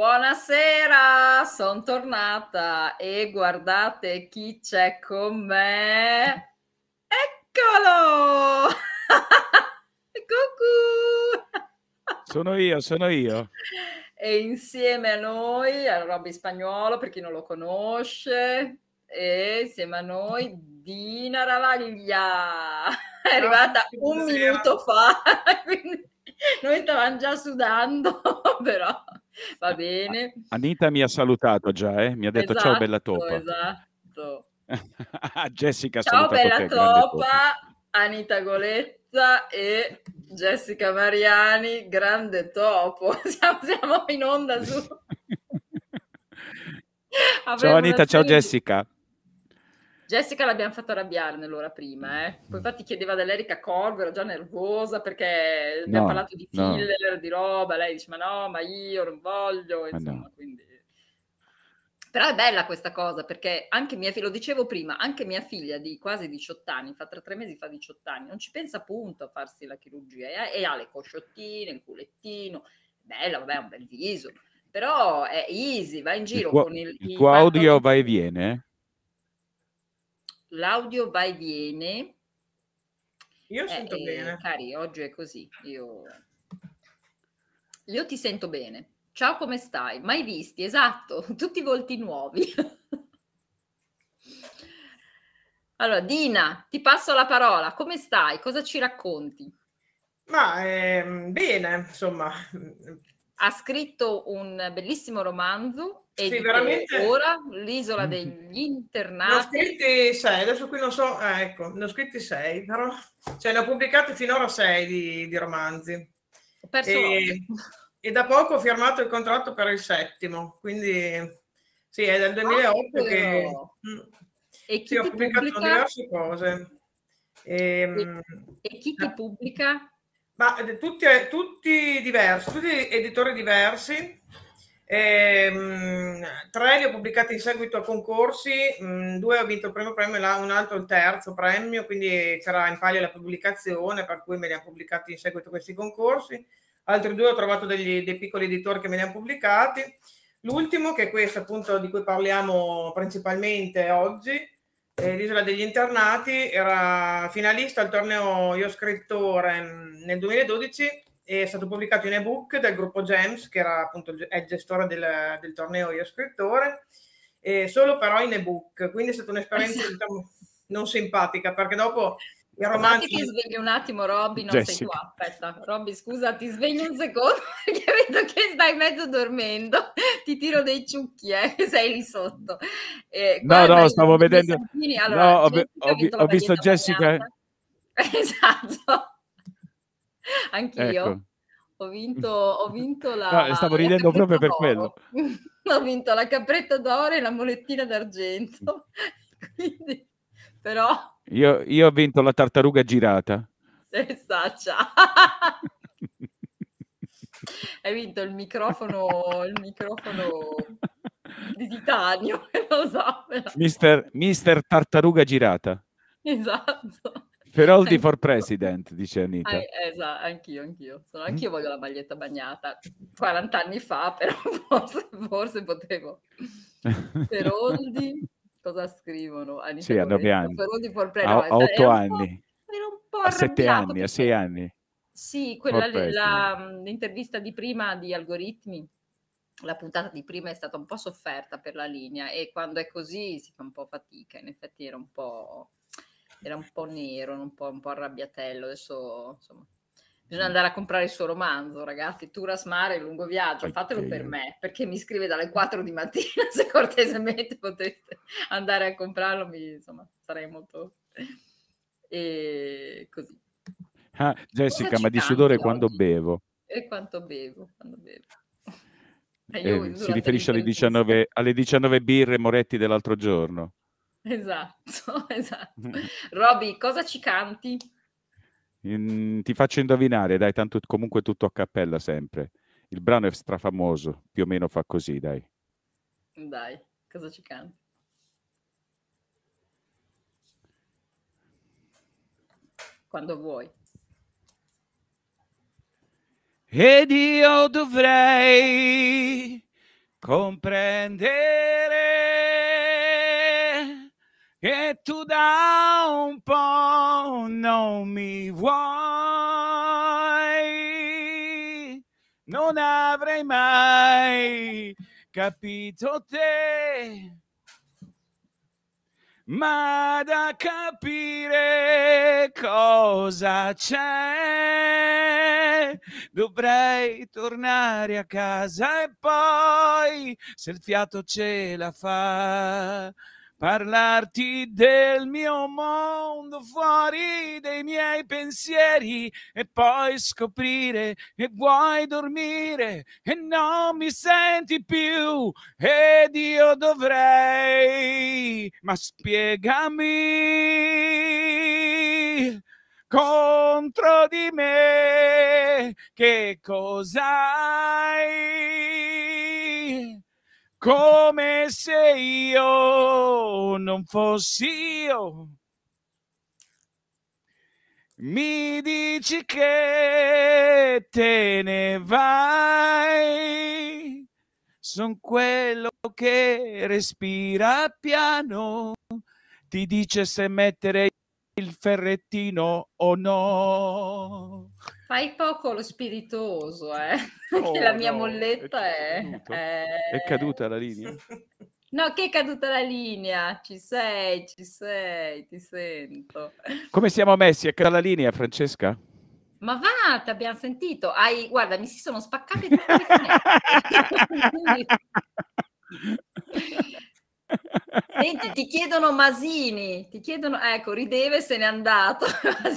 Buonasera, sono tornata e guardate chi c'è con me. Eccolo! Cucù! Sono io. E insieme a noi, a Robby Spagnuolo, per chi non lo conosce, e insieme a noi Dina Ravaglia. È Ciao a arrivata tutti, un buonasera. minuto fa, quindi noi stavamo già sudando, però va bene. Anita mi ha salutato già, mi ha detto ciao bella Esatto, topa. esatto. Jessica ha Ciao salutato bella te, grande topa. topa, Anita Golezza e Jessica Mariani, grande topo. Siamo in onda su. Ciao Avremo una Anita, ciao serie di... Jessica. Jessica l'abbiamo fatto arrabbiare nell'ora prima, Poi infatti chiedeva dell'Erika Corbo, ero già nervosa perché abbiamo No, parlato di no, filler, di roba, lei dice ma no, ma io non voglio, ma no. insomma, quindi... Però è bella questa cosa perché anche mia figlia, lo dicevo prima, anche mia figlia di quasi 18 anni, tra 3 mesi fa 18 anni, non ci pensa appunto a farsi la chirurgia e ha le cosciottine, il culettino, bella, vabbè, ha un bel viso, però è easy, va in giro con Il i tuo audio va e pantaloncini. viene? L'audio va e viene. Io sento bene. Cari, oggi è così. Io ti sento bene. Ciao, come stai? Mai visti, esatto, tutti volti nuovi. Allora, Dina, ti passo la parola. Come stai? Cosa ci racconti? Ma bene, insomma. Ha scritto un bellissimo romanzo, Sì, edito veramente. ora, L'isola degli Ne ho internati. scritti 6, adesso qui non so, ecco, ne ho scritti 6, però cioè, ne ho pubblicati finora 6 di romanzi. Ho perso l'ordine. E da poco ho firmato il contratto per il 7º, quindi sì, è del 2008 che E sì, chi ho ti pubblicato pubblica? diverse cose. E chi ti pubblica? Ma tutti diversi, tutti editori diversi. 3 li ho pubblicati in seguito a concorsi, 2 ho vinto il primo premio, un altro il terzo premio, quindi c'era in palio la pubblicazione, per cui me li hanno pubblicati in seguito a questi concorsi. Altri 2 ho trovato dei piccoli editori che me li hanno pubblicati. L'ultimo, che è questo appunto di cui parliamo principalmente oggi, L'isola degli internati, era finalista al torneo Io Scrittore nel 2012, è stato pubblicato in ebook dal gruppo GEMS, che era appunto è il gestore del torneo Io Scrittore, solo però in ebook, quindi è stata un'esperienza diciamo, non simpatica, perché dopo il romanzo... Aspetta che sveglio un attimo, Robby, no, sei Jessica. qua, aspetta, Robby, scusa, ti sveglio un secondo, perché vedo che stai mezzo dormendo, ti tiro dei ciucchi, sei lì sotto. No, stavo vedendo. Allora, No, Jessica ha vinto la ho visto maglietta Jessica. bagnata. Esatto, anch'io. Ecco. Ho vinto No, la stavo ridendo proprio capretta per quello. d'oro. Ho vinto la capretta d'oro e la molettina d'argento. Quindi, però... Io ho vinto la tartaruga girata. Saccia. Hai vinto il microfono di titanio, lo so. Mister Tartaruga girata. Esatto. For all the for president, dice Anita. Anch'io. Anch'io voglio la maglietta bagnata. 40 anni fa, però forse potevo. Feroldi, cosa scrivono? Anita Sì, a 9 Golezza, anni. Feroldi for pre A no, 8 anni. era un po' A 7 arrabbiato anni, a 6 perché anni. sì, For president. l'intervista di prima di Algoritmi, la puntata di prima è stata un po' sofferta per la linea e quando è così si fa un po' fatica, in effetti era un po' nero, un po' arrabbiatello, adesso insomma bisogna andare a comprare il suo romanzo, ragazzi, Turas Mare, lungo viaggio, fatelo per me, perché mi scrive dalle 4 di mattina, se cortesemente poteste andare a comprarlo, insomma, sarei molto... E così. Ah, Jessica, ma di Canti sudore quando oggi? bevo. E quanto bevo. Io Si durante riferisce l'intervista. alle 19 birre Moretti dell'altro giorno. Esatto. Robby, cosa ci canti? Ti faccio indovinare, dai, tanto comunque tutto a cappella sempre. Il brano è strafamoso, più o meno fa così, dai. Dai, cosa ci canti? Quando vuoi. Ed io dovrei comprendere che tu da un po' non mi vuoi, non avrei mai capito te, ma da capire cosa c'è dovrei tornare a casa e poi, se il fiato ce la fa, parlarti del mio mondo fuori dei miei pensieri e poi scoprire che vuoi dormire e non mi senti più ed io dovrei, ma spiegami contro di me che cos'hai, come se io non fossi io. Mi dici che te ne vai, son quello che respira piano, ti dice se mettere il ferrettino o no. Fai poco lo spiritoso, che la mia molletta è caduta la linea? No, che è caduta la linea, ci sei, ti sento. Come siamo messi? È caduta la linea, Francesca? Ma va, ti abbiamo sentito. Guarda, mi si sono spaccate tutte le finestre. Senti, ti chiedono Masini, ecco, rideve, se n'è andato.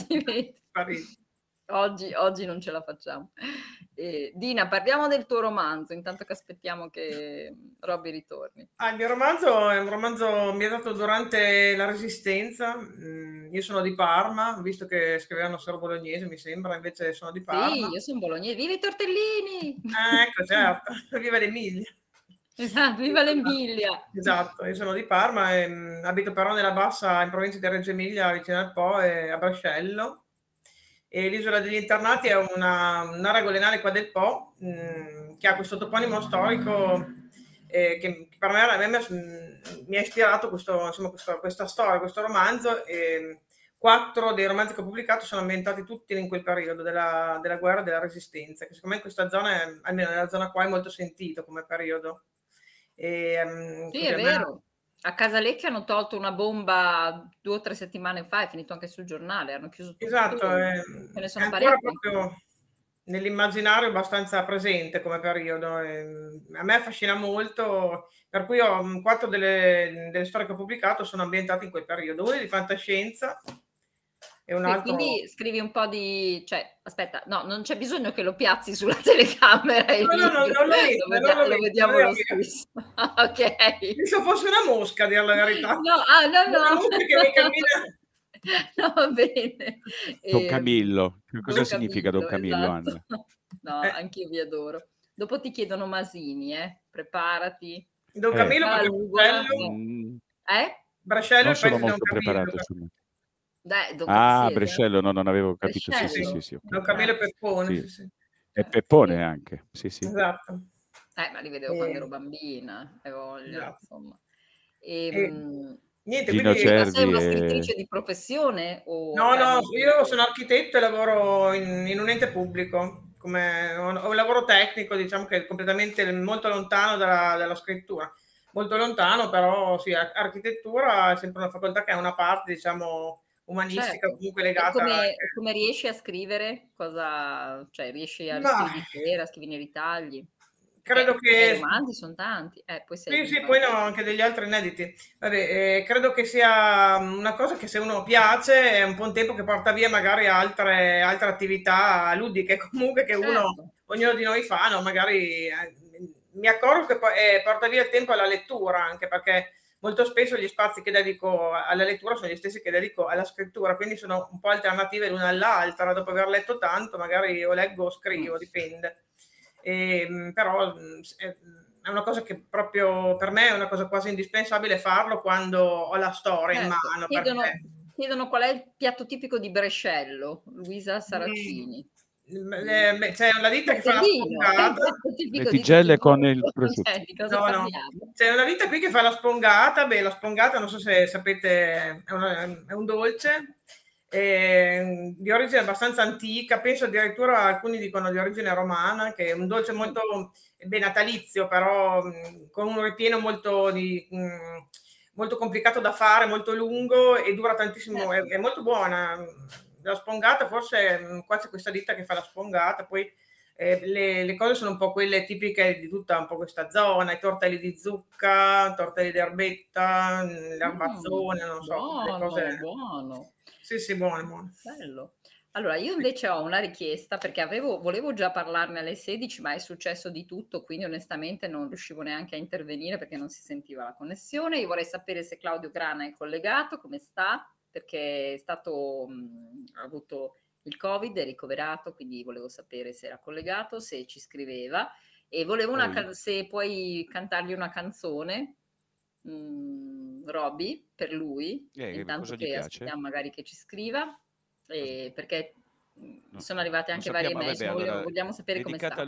Oggi non ce la facciamo. Dina, parliamo del tuo romanzo, intanto che aspettiamo che Robby ritorni. Il mio romanzo è un romanzo ambientato durante la Resistenza. Io sono di Parma, visto che scrivevano solo bolognese, mi sembra, invece sono di Parma. Sì, io sono bolognese. Viva i tortellini! Ecco, certo, viva l'Emilia. Esatto, viva l'Emilia! Esatto, io sono di Parma e abito però nella Bassa, in provincia di Reggio Emilia, vicino al Po, e a Brascello. E l'isola degli internati è un'area golenale qua del Po, che ha questo toponimo storico che per me mi ha ispirato questa storia, questo romanzo. E 4 dei romanzi che ho pubblicato sono ambientati tutti in quel periodo della guerra e della resistenza, che secondo me in questa zona, almeno nella zona qua, è molto sentito come periodo. Sì, è vero. A Casalecchio hanno tolto una bomba 2 o 3 settimane fa, è finito anche sul giornale, hanno chiuso tutto. Esatto, ce ne sono ancora proprio nell'immaginario abbastanza presente come periodo. A me affascina molto, per cui 4 delle storie che ho pubblicato sono ambientate in quel periodo. Uno è di fantascienza e un altro... Quindi scrivi un po' di... aspetta, no, non c'è bisogno che lo piazzi sulla telecamera. No, non lo vediamo lo stesso. Ok. Se fosse una mosca, a dire la verità. No. Una mosca che mi cammina... No, va bene. Don Camillo, cosa significa Don Camillo, esatto. Anna? No, anch'io vi adoro. Dopo ti chiedono Masini, preparati. Don Camillo, perché Brascello non è sono molto preparato. Brescello, no, non avevo capito. Sì, okay. Don Camillo e Peppone. Sì. E Peppone anche, sì. Esatto. Ma li vedevo quando ero bambina, e voglia, insomma. Niente, Gino quindi Cervi sei una scrittrice di professione? No, io sono architetto e lavoro in un ente pubblico, ho un lavoro tecnico, diciamo, che è completamente molto lontano dalla scrittura, molto lontano, però sì, architettura è sempre una facoltà che ha una parte, diciamo, umanistica, certo, comunque legata. Come riesci a scrivere? Riesci a scrivere sera, scrivi nei ritagli? Credo che... I romanzi sono tanti. Poi no, anche degli altri inediti. Vabbè, credo che sia una cosa che, se uno piace, è un po' un tempo che porta via magari altre attività ludiche comunque che ognuno di noi fa, no? Magari mi accorgo che porta via il tempo alla lettura, anche perché molto spesso gli spazi che dedico alla lettura sono gli stessi che dedico alla scrittura, quindi sono un po' alternative l'una all'altra. Dopo aver letto tanto, magari o leggo o scrivo, dipende. Però è una cosa che proprio per me è una cosa quasi indispensabile farlo quando ho la storia in mano. Chiedono qual è il piatto tipico di Brescello, Luisa Saracini. C'è una ditta che fa la spongata. Le tigelle con il prosciutto. Di cosa No. parliamo? C'è una ditta qui che fa la spongata. La spongata, non so se sapete, è un dolce di origine abbastanza antica, penso addirittura alcuni dicono di origine romana, che è un dolce molto natalizio, però con un ripieno molto complicato da fare, molto lungo e dura tantissimo, è molto buona. La spongata forse quasi questa ditta che fa la spongata. Poi le cose sono un po' quelle tipiche di tutta un po' questa zona, i tortelli di zucca, tortelli di erbetta, l'erbazzone, non so, tutte le cose. Buono. Sì, buono. Bello. Allora, io invece ho una richiesta, perché volevo già parlarne alle 16, ma è successo di tutto, quindi onestamente non riuscivo neanche a intervenire perché non si sentiva la connessione. Io vorrei sapere se Claudio Grana è collegato, come sta, perché è stato, ha avuto il Covid, è ricoverato, quindi volevo sapere se era collegato, se ci scriveva, e volevo se puoi cantargli una canzone, Roby, per lui, intanto che aspettiamo magari che ci scriva. Perché sono arrivate anche varie mail, vogliamo sapere come sta.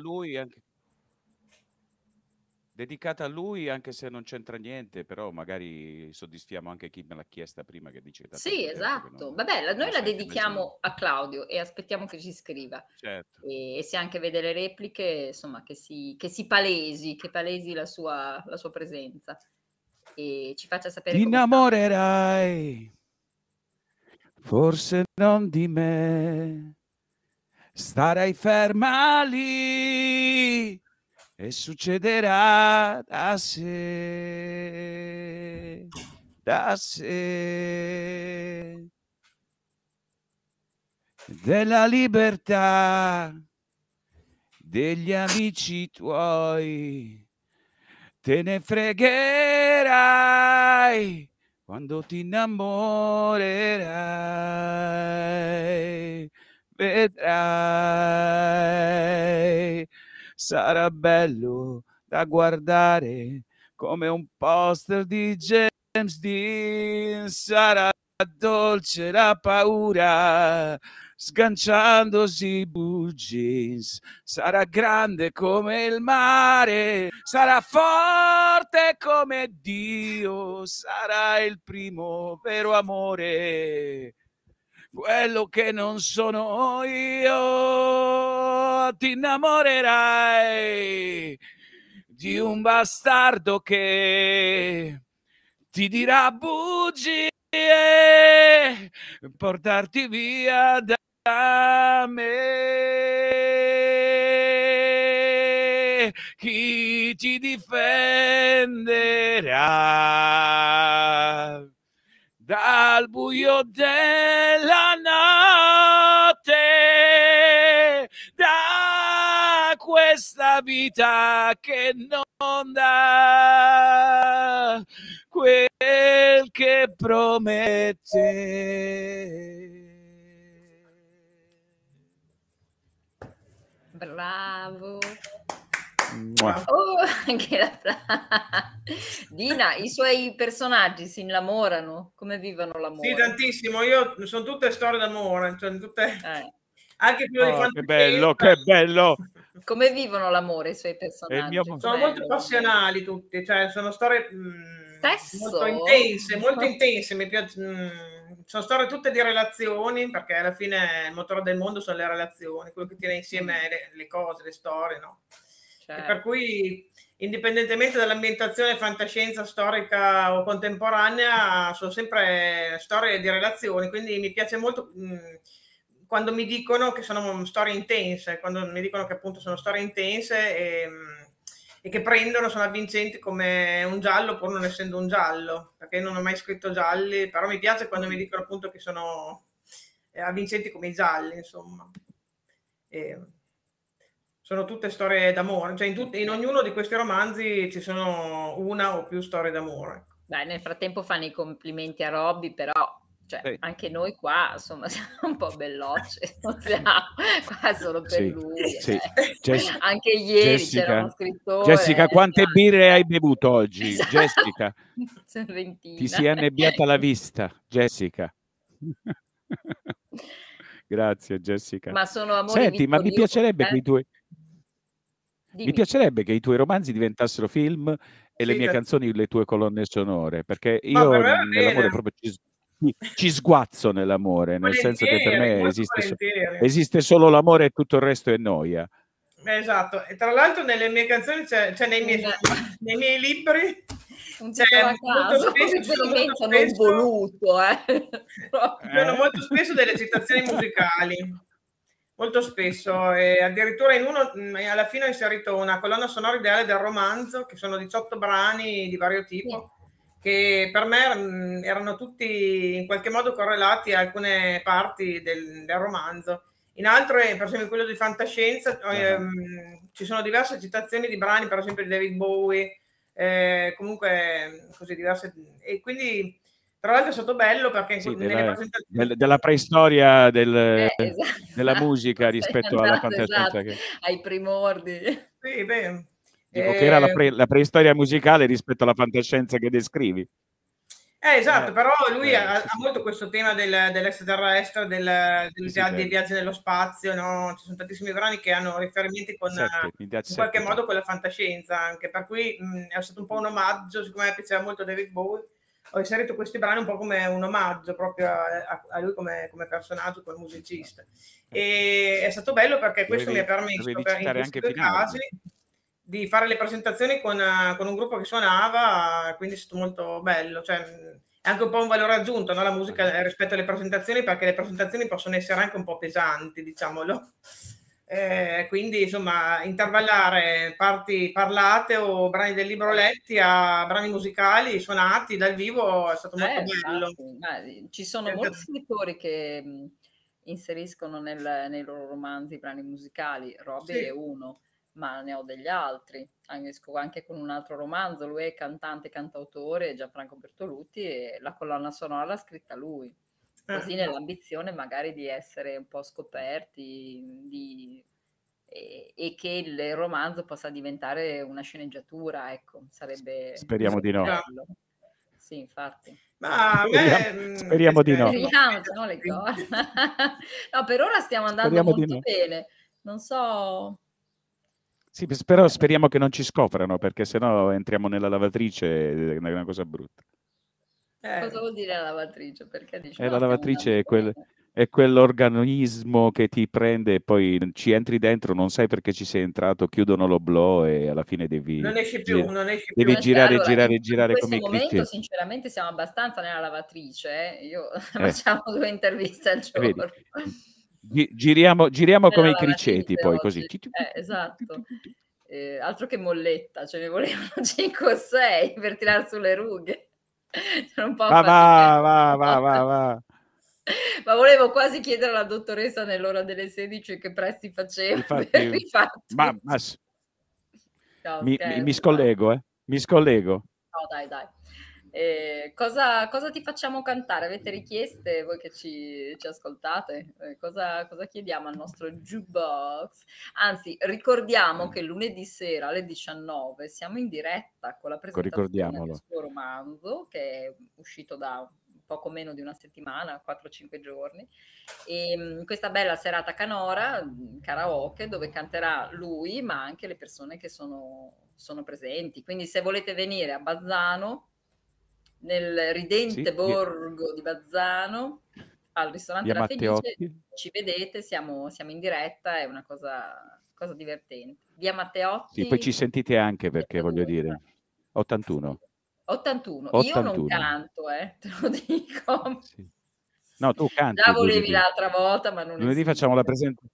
Dedicata a lui, anche se non c'entra niente, però magari soddisfiamo anche chi me l'ha chiesta prima, che dice sì, esatto. Vabbè, noi la dedichiamo a Claudio e aspettiamo che ci scriva. Certo. E se anche vede le repliche, insomma, che si palesi, la sua presenza e ci faccia sapere Ti come innamorerai, forse non di me, starai ferma lì e succederà da sé, della libertà degli amici tuoi te ne fregherai quando ti innamorerai, vedrai, sarà bello da guardare come un poster di James Dean, sarà dolce la paura sganciandosi blue jeans, sarà grande come il mare, sarà forte come Dio, sarà il primo vero amore, quello che non sono io. Ti innamorerai di un bastardo che ti dirà bugie, portarti via da me. Chi ti difenderà dal buio della notte, da questa vita che non dà quel che promette. Bravo. Oh, anche Dina, i suoi personaggi si innamorano? Come vivono l'amore? Sì, tantissimo. Io sono tutte storie d'amore, cioè tutte anche più di fantascienza. Che bello, che bello. Come vivono l'amore i suoi personaggi? Sono molto passionali tutti, cioè sono storie molto intense, mi piace. Sono storie tutte di relazioni, perché alla fine il motore del mondo sono le relazioni, quello che tiene insieme le cose, le storie, no? Certo. E per cui, indipendentemente dall'ambientazione fantascienza storica o contemporanea, sono sempre storie di relazioni, quindi mi piace molto quando mi dicono che sono storie intense, quando mi dicono che appunto sono storie intense e che sono avvincenti come un giallo pur non essendo un giallo, perché non ho mai scritto gialli, però mi piace quando mi dicono appunto che sono avvincenti come i gialli, insomma. Sono tutte storie d'amore, cioè in ognuno di questi romanzi ci sono una o più storie d'amore. Beh, nel frattempo fanno i complimenti a Robby, però anche noi qua, insomma, siamo un po' bellocce, non siamo qua solo per lui. Anche ieri c'era uno scrittore. Jessica, quante birre hai bevuto oggi? Esatto. Jessica, ti si è annebbiata la vista, Jessica. Grazie Jessica. Ma sono amori Senti, ma mi vittoriosi, piacerebbe che mi Dimmi. piacerebbe che i tuoi romanzi diventassero film e le Sì, mie canzoni le tue colonne sonore, perché ma per io me va nell'amore bene, proprio ci sguazzo nell'amore, nel senso che per volentieri, me molto volentieri. esiste solo l'amore e tutto il resto è noia. Esatto, e tra l'altro nelle mie canzoni cioè Un nei miei libri un c'è titolo a molto caso, spesso, ci sono molto riferimento non spesso voluto, ci proprio. sono molto spesso delle citazioni musicali, molto spesso, e addirittura in uno alla fine ho inserito una colonna sonora ideale del romanzo, che sono 18 brani di vario Sì. tipo, che per me erano tutti in qualche modo correlati a alcune parti del romanzo. In altre, per esempio quello di fantascienza, ci sono diverse citazioni di brani, per esempio di David Bowie, comunque così diverse, e quindi tra l'altro è stato bello perché Sì, nelle presentazioni della preistoria della Esatto, musica sei rispetto alla andato, fantascienza esatto, ai primordi. sì, beh, dico che era eh, la preistoria musicale rispetto alla fantascienza che descrivi. esatto, però lui ha Sì, sì, molto questo tema dell'extraterrestre, sì, sì, dei bello. viaggi nello spazio, no? Ci sono tantissimi brani che hanno riferimenti Mi piace in qualche 7 modo con la fantascienza anche, per cui è stato un po' un omaggio, siccome mi piaceva molto David Bowie, ho inserito questi brani un po' come un omaggio proprio a lui come personaggio, come musicista. E è stato bello perché questo mi ha permesso Dovevi in citare questi anche due casi Finardi. di fare le presentazioni con un gruppo che suonava, quindi è stato molto bello. Cioè, è anche un po' un valore aggiunto, no? La musica rispetto alle presentazioni, perché le presentazioni possono essere anche un po' pesanti, diciamolo. Quindi, insomma, intervallare parti parlate o brani del libro letti a brani musicali suonati dal vivo è stato molto bello. Infatti, ma ci sono molti scrittori che inseriscono nei loro romanzi brani musicali. Robbie è Sì. uno, ma ne ho degli altri. Anche con un altro romanzo, lui è cantante, cantautore, Gianfranco Bertolucci, e la colonna sonora l'ha scritta lui. Così nell'ambizione magari di essere un po' scoperti e che il romanzo possa diventare una sceneggiatura, ecco, sarebbe Speriamo di no. bello. Sì, infatti. Ma a Speriamo di no. Speriamo, se no le cose. No, per ora stiamo andando Speriamo di molto no. bene. Non so. Sì, però speriamo che non ci scoprano, perché sennò entriamo nella lavatrice, è una cosa brutta. Cosa vuol dire la lavatrice? Perché dici no, La stiamo andando lavatrice bene. è quell'organismo che ti prende e poi ci entri dentro, non sai perché ci sei entrato, chiudono l'oblò e alla fine Non esci più, non esci più. girare, Allora, girare, in girare come questo i momento cliché. sinceramente siamo abbastanza nella lavatrice, Io Eh, facciamo 2 interviste al vedi, giorno. giriamo come Nella i criceti lavatrice poi, così. oggi. Esatto. Altro che molletta, ce ne volevano 5 o 6 per tirar su le rughe. Sono un po' Va, affaticata. va. Ma volevo quasi chiedere alla dottoressa nell'ora delle 16 che prezzi faceva per Infatti, rifarti. No, mi scherzo, dai. scollego, mi scollego. No, dai. Cosa ti facciamo cantare? Avete richieste voi che ci ascoltate? Cosa chiediamo al nostro jukebox? Anzi, ricordiamo che lunedì sera alle 19 siamo in diretta con la presentazione del Ricordiamolo. suo romanzo, che è uscito da poco meno di una settimana, 4-5 giorni. E questa bella serata canora, karaoke, dove canterà lui, ma anche le persone che sono presenti. Quindi se volete venire a Bazzano, nel ridente Sì, borgo di Bazzano, al ristorante via La Fenice, Matteotti. ci vedete, siamo in diretta, è una cosa divertente. Via Sì, poi Matteotti, ci sentite anche perché voglio 32. dire, 81. 81. Io non 81. canto, te lo dico. Sì. No, tu Già canti volevi lunedì. l'altra volta, ma non Lunedì esiste. facciamo la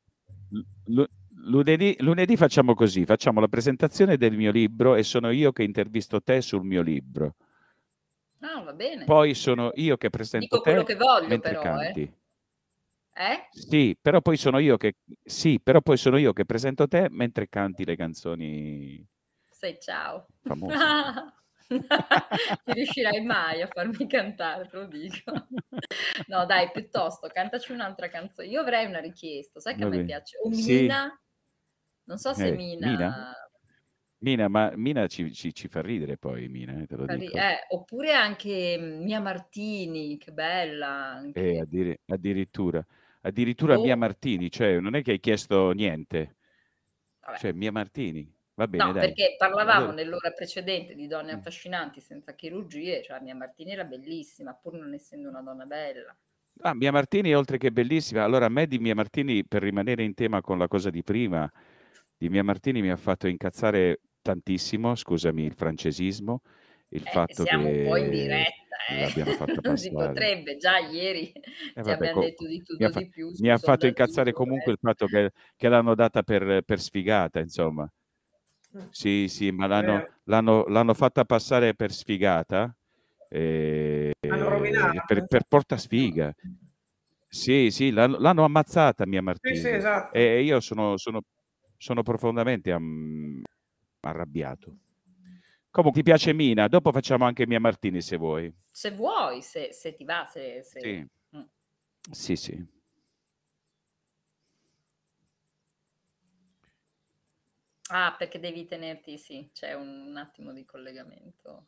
lunedì facciamo così, facciamo la presentazione del mio libro e sono io che intervisto te sul mio libro. Ah, va bene. Poi sono io che presento Dico quello te che voglio mentre però, canti. Eh? Sì, però poi sono io che presento te mentre canti le canzoni Sei ciao. famose. Ci riuscirai mai a farmi cantare, te lo dico. No, dai, piuttosto cantaci un'altra canzone. Io avrei una richiesta, sai che a Va me bene. piace o Sì, Mina, non so se Mina? Mina Ma Mina ci fa ridere poi Mina, te lo dico. oppure anche Mia Martini, che bella anche. Addirittura. Addirittura Mia Boh, Martini, cioè non è che hai chiesto niente. vabbè. Cioè Mia Martini, va bene No, dai. perché parlavamo Allora nell'ora precedente di donne affascinanti senza chirurgie, cioè Mia Martini era bellissima, pur non essendo una donna bella. Mia Martini oltre che bellissima, allora a me di Mia Martini, per rimanere in tema con la cosa di prima, di Mia Martini mi ha fatto incazzare tantissimo, scusami il francesismo, il fatto Siamo un po' in che diretta, l'abbiano fatta non si passare. potrebbe. Già ieri ti Vabbè, abbiamo detto di mi ha tutto fa di più mi sul ha fatto incazzare soldatino. comunque il fatto che l'hanno data per sfigata, insomma. Sì, sì, ma Vero. l'hanno fatta passare per sfigata, Hanno rovinato. per portasfiga. Sì, sì, l'hanno ammazzata Mia Sì, sì, Martini esatto. e io sono profondamente arrabbiato. Comunque ti piace Mina? Dopo facciamo anche Mia Martini se vuoi. Se vuoi, se ti va, Sì, Mm. sì, sì. Ah, perché devi tenerti, sì, c'è un attimo di collegamento.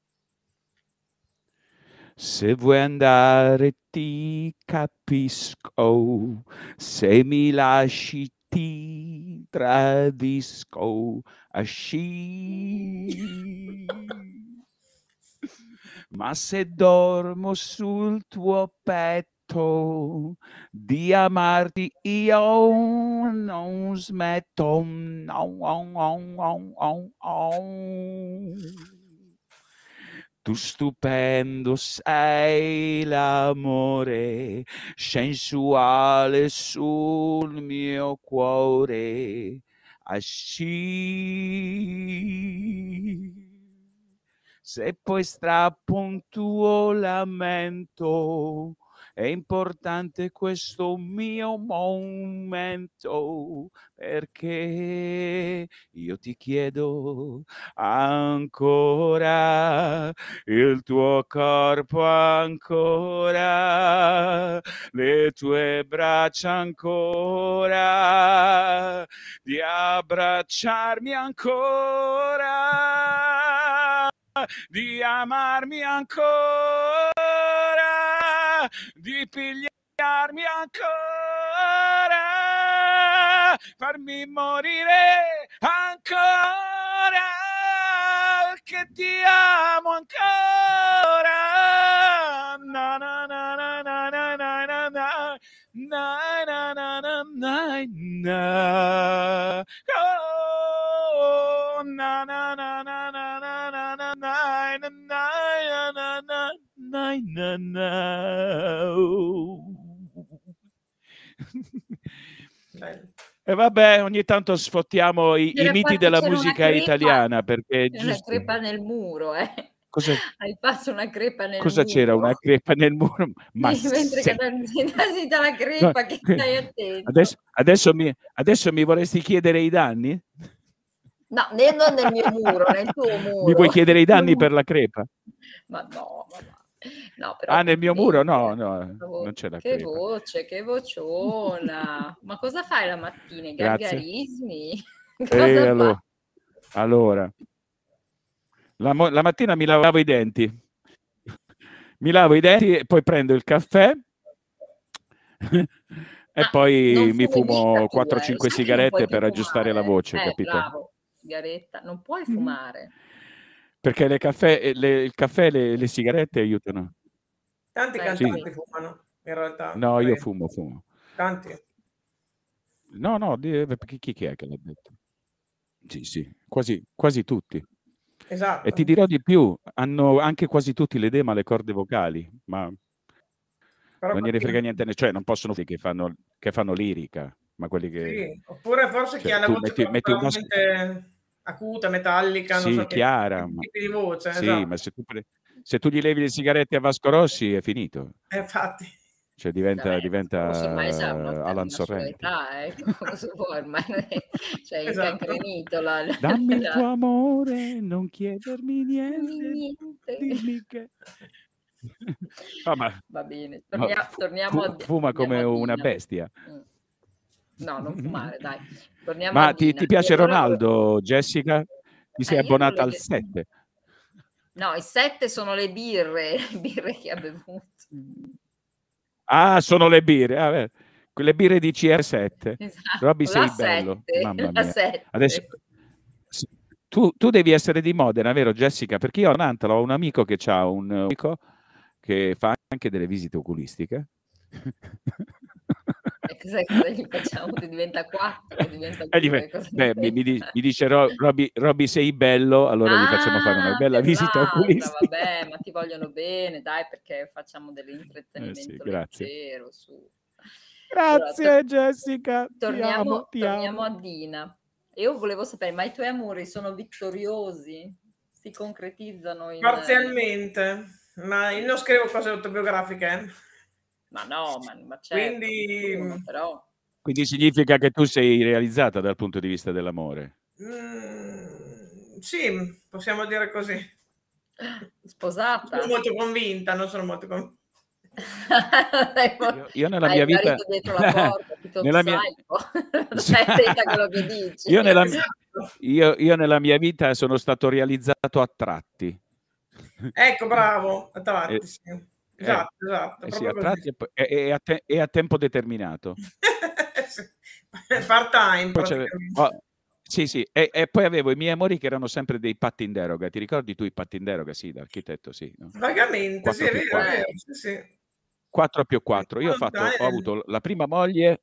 Se vuoi andare ti capisco, se mi lasci ti tradisco, asci. Ma se dormo sul tuo petto di amarti io non smetto. Tu stupendo sei l'amore sensuale sul mio cuore, asci. Se poi strappo un tuo lamento, è importante questo mio momento, perché io ti chiedo ancora il tuo corpo ancora, le tue braccia ancora, di abbracciarmi ancora, di amarmi ancora, di pigliarmi ancora, farmi morire ancora, che ti amo ancora. Na na na na na na na na na na na na na na na. Oh, na na na na na na na na na na na na na na. E vabbè, ogni tanto sfottiamo i miti della musica italiana, perché è c'è una giusto. crepa nel muro, Cosa, hai fatto una crepa nel cosa c'era? Una muro. crepa nel muro? Ma Sì, mentre che si dà la No, crepa, che stai attento. adesso mi vorresti chiedere i danni? No, non nel mio muro, nel tuo Mi muro. vuoi chiedere i danni per la crepa? Ma no, ma va. No, però Ah, nel mio muro? No, complimenti. non c'è la Che crepa. voce, che vociona. Ma cosa fai la mattina? I Grazie. gargarismi? Cosa fai? Allora, la mattina mi lavavo i denti. Mi lavo i denti e poi prendo il caffè e poi non mi fumi mica fumo tu, 4-5 sai che non puoi sigarette più per aggiustare la fumare. voce, capito? Bravo, sigaretta, non puoi fumare. Perché il caffè e le sigarette aiutano. Tanti cantanti fumano, in realtà. No, io fumo. Tanti. No, perché chi è che l'ha detto? Sì, quasi tutti. Esatto. E ti dirò di più, hanno anche quasi tutti l'edema alle corde vocali, ma Però non gliene frega niente, cioè non possono che fanno lirica, ma quelli che... Sì. Oppure forse chi Cioè, ha la tu voce metti un basso... particolarmente acuta, metallica, non Sì, so che chiara, ma... tipi di voce, Sì, esatto. ma se tu gli levi le sigarette a Vasco Rossi è finito. Infatti. Cioè diventa ormai c'ha Alan una sua Sorrenti. età, cosa vuoi, ormai cioè Esatto. incancrenito Dammi il tuo amore, non chiedermi niente, niente. dimmi che... ma Va bene, ma torniamo fuma come a una Dina. bestia. No, non fumare, dai. Torniamo Ma a Dina. ti piace E allora Ronaldo, Jessica? Ti sei io non abbonata al le 7? No, i 7 sono le birre che ha bevuto. Ah, sono le birre. quelle birre di CR7. Esatto, Robby, la sei bello, 7, mamma la mia. 7. Adesso tu devi essere di Modena, vero Jessica? Perché io a Nantalo ho un amico che ha un amico che fa anche delle visite oculistiche. E cosa gli facciamo? Ti diventa 4, diventa E gli 2, cosa gli mi diventa? dice Robby sei bello, allora gli facciamo fare una Ah, bella per visita l'altra, oculistica. vabbè, ma ti vogliono bene, dai, perché facciamo Sì, dell'intrattenimento grazie. leggero, su. Allora, Grazie Jessica, ti amo, ti torniamo amo. a Dina. Io volevo sapere, ma i tuoi amori sono vittoriosi? Si concretizzano in... Parzialmente, ma io non scrivo cose autobiografiche, Ma no, ma certo, quindi nessuno, però... Quindi significa che tu sei realizzata dal punto di vista dell'amore. sì, possiamo dire così. Sposata? Sono molto convinta, non sono molto convinta. Io nella Hai mia il vita marito dietro la porta, tipo nella mia psycho. Stai attenta a quello che dici. io nella Esatto. io nella mia vita sono stato realizzato a tratti. Ecco, bravo, a E tratti, sì. Esatto, sì, a proprio così. tratti e a tempo determinato. Sì. Part-time Poi praticamente. sì, e poi avevo i miei amori che erano sempre dei patti in deroga. Ti ricordi tu i patti in deroga? Sì, da architetto sì, no? Vagamente, sì, 4 è più vero, 4. sì, sì. 4 più 4. Io ho avuto la prima moglie,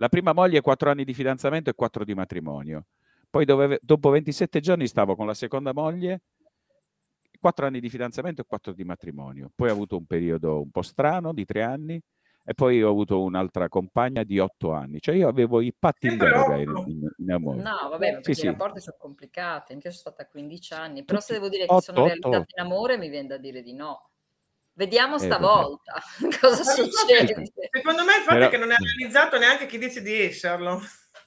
4 anni di fidanzamento e 4 di matrimonio. Poi dopo 27 giorni stavo con la seconda moglie, 4 anni di fidanzamento e 4 di matrimonio. Poi ho avuto un periodo un po' strano di 3 anni e poi ho avuto un'altra compagna di 8 anni. Cioè io avevo i patti in Sempre deroga 8. in amore. No, vabbè, ma Sì, perché i sì. rapporti sono complicati. Anche io sono stata 15 anni, però se Tutti devo dire che 8, sono 8, realizzata 8. in amore, mi viene da dire di no. Vediamo Vabbè. stavolta cosa Ma non so succede. secondo me il fatto è Però che non è realizzato neanche chi dice di esserlo.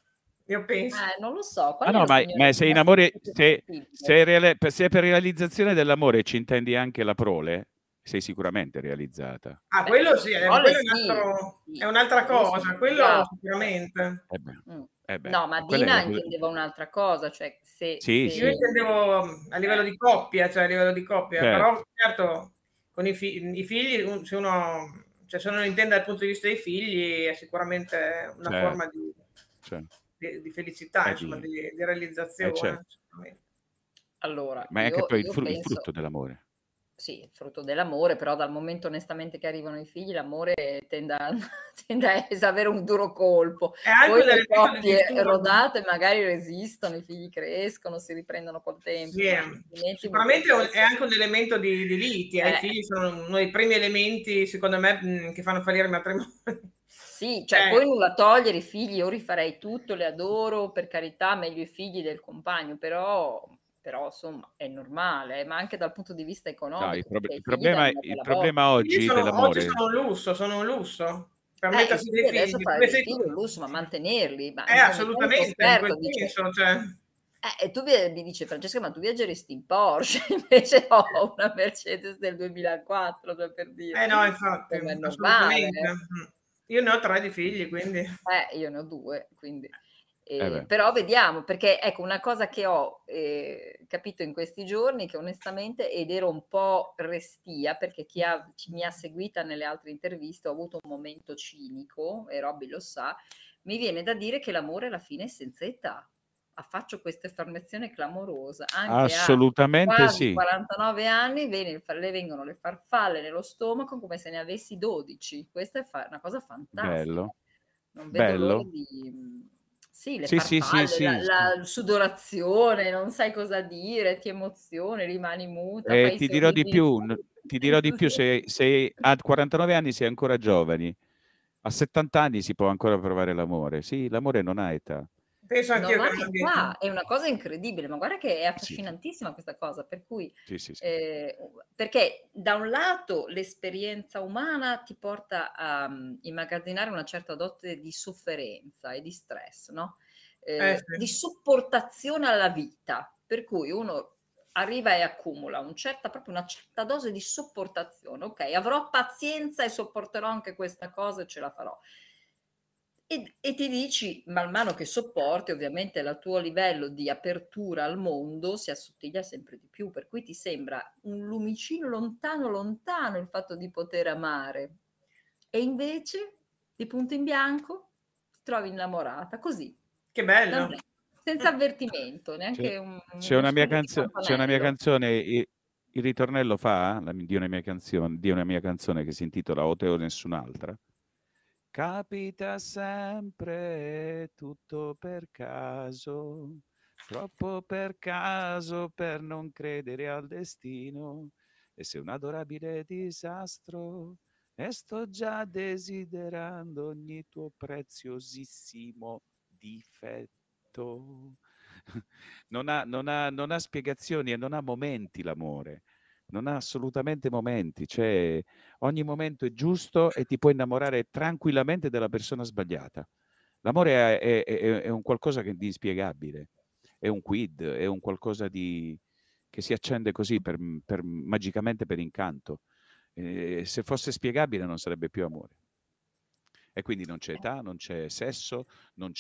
Io penso. Non lo so, ah qual è no, l'opinione ma del se in nostro amore, possibile? se per realizzazione dell'amore ci intendi anche la prole, sei sicuramente realizzata. Ah, Beh, quello sì, ma parole quello sì, è sì, un'altra quello sono cosa, quello immediato. sicuramente. Eh beh, Mm. eh beh, No, ma quella è Dina la... intendeva un'altra cosa, cioè Sì, Io sì, intendevo a livello di coppia, cioè a livello di coppia, però certo, certo con i figli, se uno, cioè se uno lo intende dal punto di vista dei figli, è sicuramente una forma certo, certo. di felicità, È insomma, di... di realizzazione. certo. Sicuramente. allora, Ma è anche poi io il penso, frutto dell'amore. sì, frutto dell'amore, però dal momento onestamente che arrivano i figli, l'amore tende a, tende a avere un duro colpo. È anche Poi un le elemento di coppie disturbo. rodate magari resistono, i figli crescono, si riprendono col tempo, Sì, ma altrimenti molto sicuramente è spesso... anche un elemento di liti. I figli sono uno dei primi elementi, secondo me, che fanno fallire il matrimonio. Sì, cioè poi nulla togliere i figli, io rifarei tutto, li adoro, per carità, meglio i figli del compagno, però insomma è normale, ma anche dal punto di vista No, economico, perché i figli danno una il bella problema botta. Figli oggi oggi dell'amore... sono un lusso. I Permettersi dei figli adesso figli. fare dei figli è un lusso, ma mantenerli, ma ogni tanto Assolutamente, in sofferto, quel dice, senso, cioè. e tu mi dice Francesca, ma tu viaggeresti in Porsche, invece ho una Mercedes del 2004, cioè per dire, No, infatti, insomma è normale, assolutamente. Io ne ho 3 di figli, quindi. Io ne ho 2, quindi beh, però vediamo, perché ecco una cosa che ho, capito in questi giorni, che onestamente ed ero un po' restia, perché mi ha seguita nelle altre interviste, ho avuto un momento cinico, e Robby lo sa, mi viene da dire che l'amore alla fine è senza età. Faccio questa affermazione clamorosa, anche a assolutamente quasi sì. 49 anni le vengono le farfalle nello stomaco come se ne avessi 12. Questa è una cosa fantastica. Bello, Non vedo l'ora bello. di... Sì, le Sì, sì, sì, farfalle, sì, sì. la sudorazione, non sai cosa dire, ti emozioni, rimani muta, fai i Ti dirò di sorrisi. più, ti dirò di più, se a 49 anni sei ancora giovani, a 70 anni si può ancora provare l'amore. Sì, l'amore non ha età. Penso Non anch'io ha che non abbia età. età, è una cosa incredibile, ma guarda che è Sì, sì, affascinantissima questa cosa, per cui sì, sì, sì. perché da un lato l'esperienza umana ti porta a immagazzinare una certa dote di sofferenza e di stress, no? Di Sì. sopportazione alla vita, per cui uno arriva e accumula proprio una certa dose di sopportazione, ok, avrò pazienza e sopporterò anche questa cosa e ce la farò. E ti dici, man mano che sopporti, ovviamente il tuo livello di apertura al mondo si assottiglia sempre di più, per cui ti sembra un lumicino lontano, lontano il fatto di poter amare. E invece, di punto in bianco, trovi innamorata, così, Che da bello. me, senza avvertimento, neanche C'è uno una mia sfogo di c'è una mia campanello. canzone, il ritornello di una mia canzone che si intitola O te o nessun'altra. Capita sempre tutto per caso, troppo per caso per non credere al destino, e sei un adorabile disastro e sto già desiderando ogni tuo preziosissimo difetto. Non ha spiegazioni e non ha momenti l'amore, non ha assolutamente momenti, cioè ogni momento è giusto e ti puoi innamorare tranquillamente della persona sbagliata. L'amore è un qualcosa che è di inspiegabile, è un quid, è un qualcosa che si accende così magicamente per incanto. Se fosse spiegabile non sarebbe più amore. E quindi non c'è età, non c'è sesso, non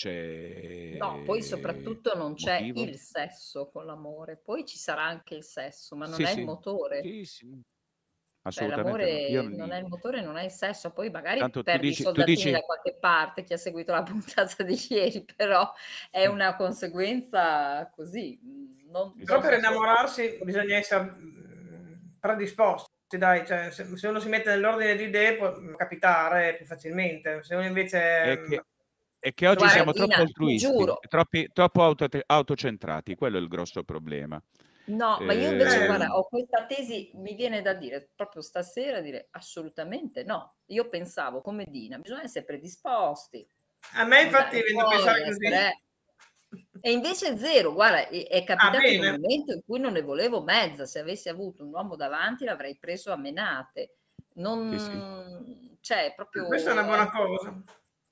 No, poi c'è soprattutto non c'è motivo. il sesso con l'amore, poi ci sarà anche il sesso, ma non Sì, è il sì, motore. sì, sì, Cioè assolutamente no. l'amore non è il motore, non è il sesso, poi magari Tanto perdi i tu soldatini dici, da qualche parte, chi ha seguito la puntata di ieri, però è una conseguenza così, Però non per esatto. innamorarsi bisogna essere predisposti, dai, cioè, se uno si mette nell'ordine di idee può capitare più facilmente, se uno invece... è che oggi guarda siamo Dina, troppo ti altruisti, giuro, troppo autocentrati, quello è il grosso problema. no, ma io invece Eh, guarda, ho questa tesi, mi viene da dire proprio stasera, dire assolutamente no. Io pensavo come Dina, bisogna essere predisposti, a me infatti andare viene a fuori, pensare così. essere... E invece zero, guarda, è Ah, capitato in un bene. momento in cui non ne volevo mezza, se avessi avuto un uomo davanti l'avrei preso a menate. Sì, sì. Non, cioè, Questa è una proprio buona cosa,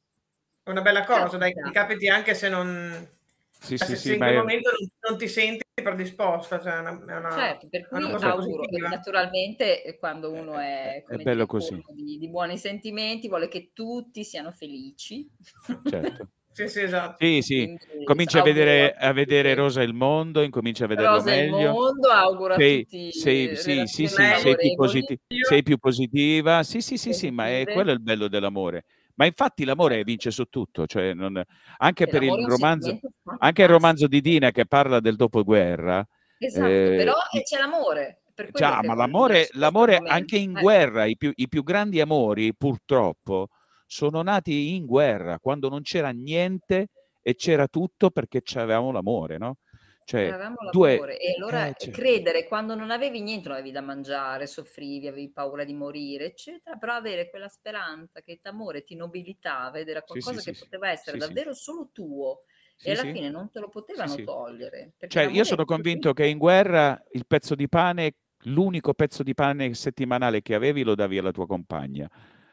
è una bella cosa, dai, che ti capita. capiti anche se non... Sì, cioè, sì, se sì, in ma quel momento non ti senti predisposta, cioè Certo, per è una cui cosa auguro, positiva. naturalmente quando uno è, è come bello dire, così, colmo di buoni sentimenti, vuole che tutti siano felici. certo. Sì, sì, esatto. Sì, sì, Quindi cominci auguro a a tutti vedere che rosa il mondo, incominci a vederlo rosa il meglio. mondo, auguro a tutti Sì, sì, relazioni sì, favorevoli. sei più positiva. Sì, sì, sì, sì, ma è Positive, quello il bello dell'amore. Ma infatti l'amore certo. vince su tutto, cioè anche E per l'amore è un sentimento anche il romanzo fantastico. di Dina che parla del dopoguerra, Esatto, però i c'è l'amore, per quello già, che ma voglio dire, su questo l'amore anche argomento. in guerra, i più grandi amori purtroppo sono nati in guerra, quando non c'era niente e c'era tutto perché c'avevamo l'amore, no? Cioè, Avevamo 2 l'amore e allora cioè, credere quando non avevi niente, non avevi da mangiare, soffrivi, avevi paura di morire, eccetera, però avere quella speranza che l'amore ti nobilitava ed era sì, sì, qualcosa sì, che sì, poteva essere sì, sì, davvero solo tuo e sì, alla sì, fine non te lo sì, potevano sì. togliere, perché Cioè, io l'amore è sono proprio convinto che in questo. guerra il pezzo di pane, l'unico pezzo di pane settimanale che avevi lo davi alla tua compagna.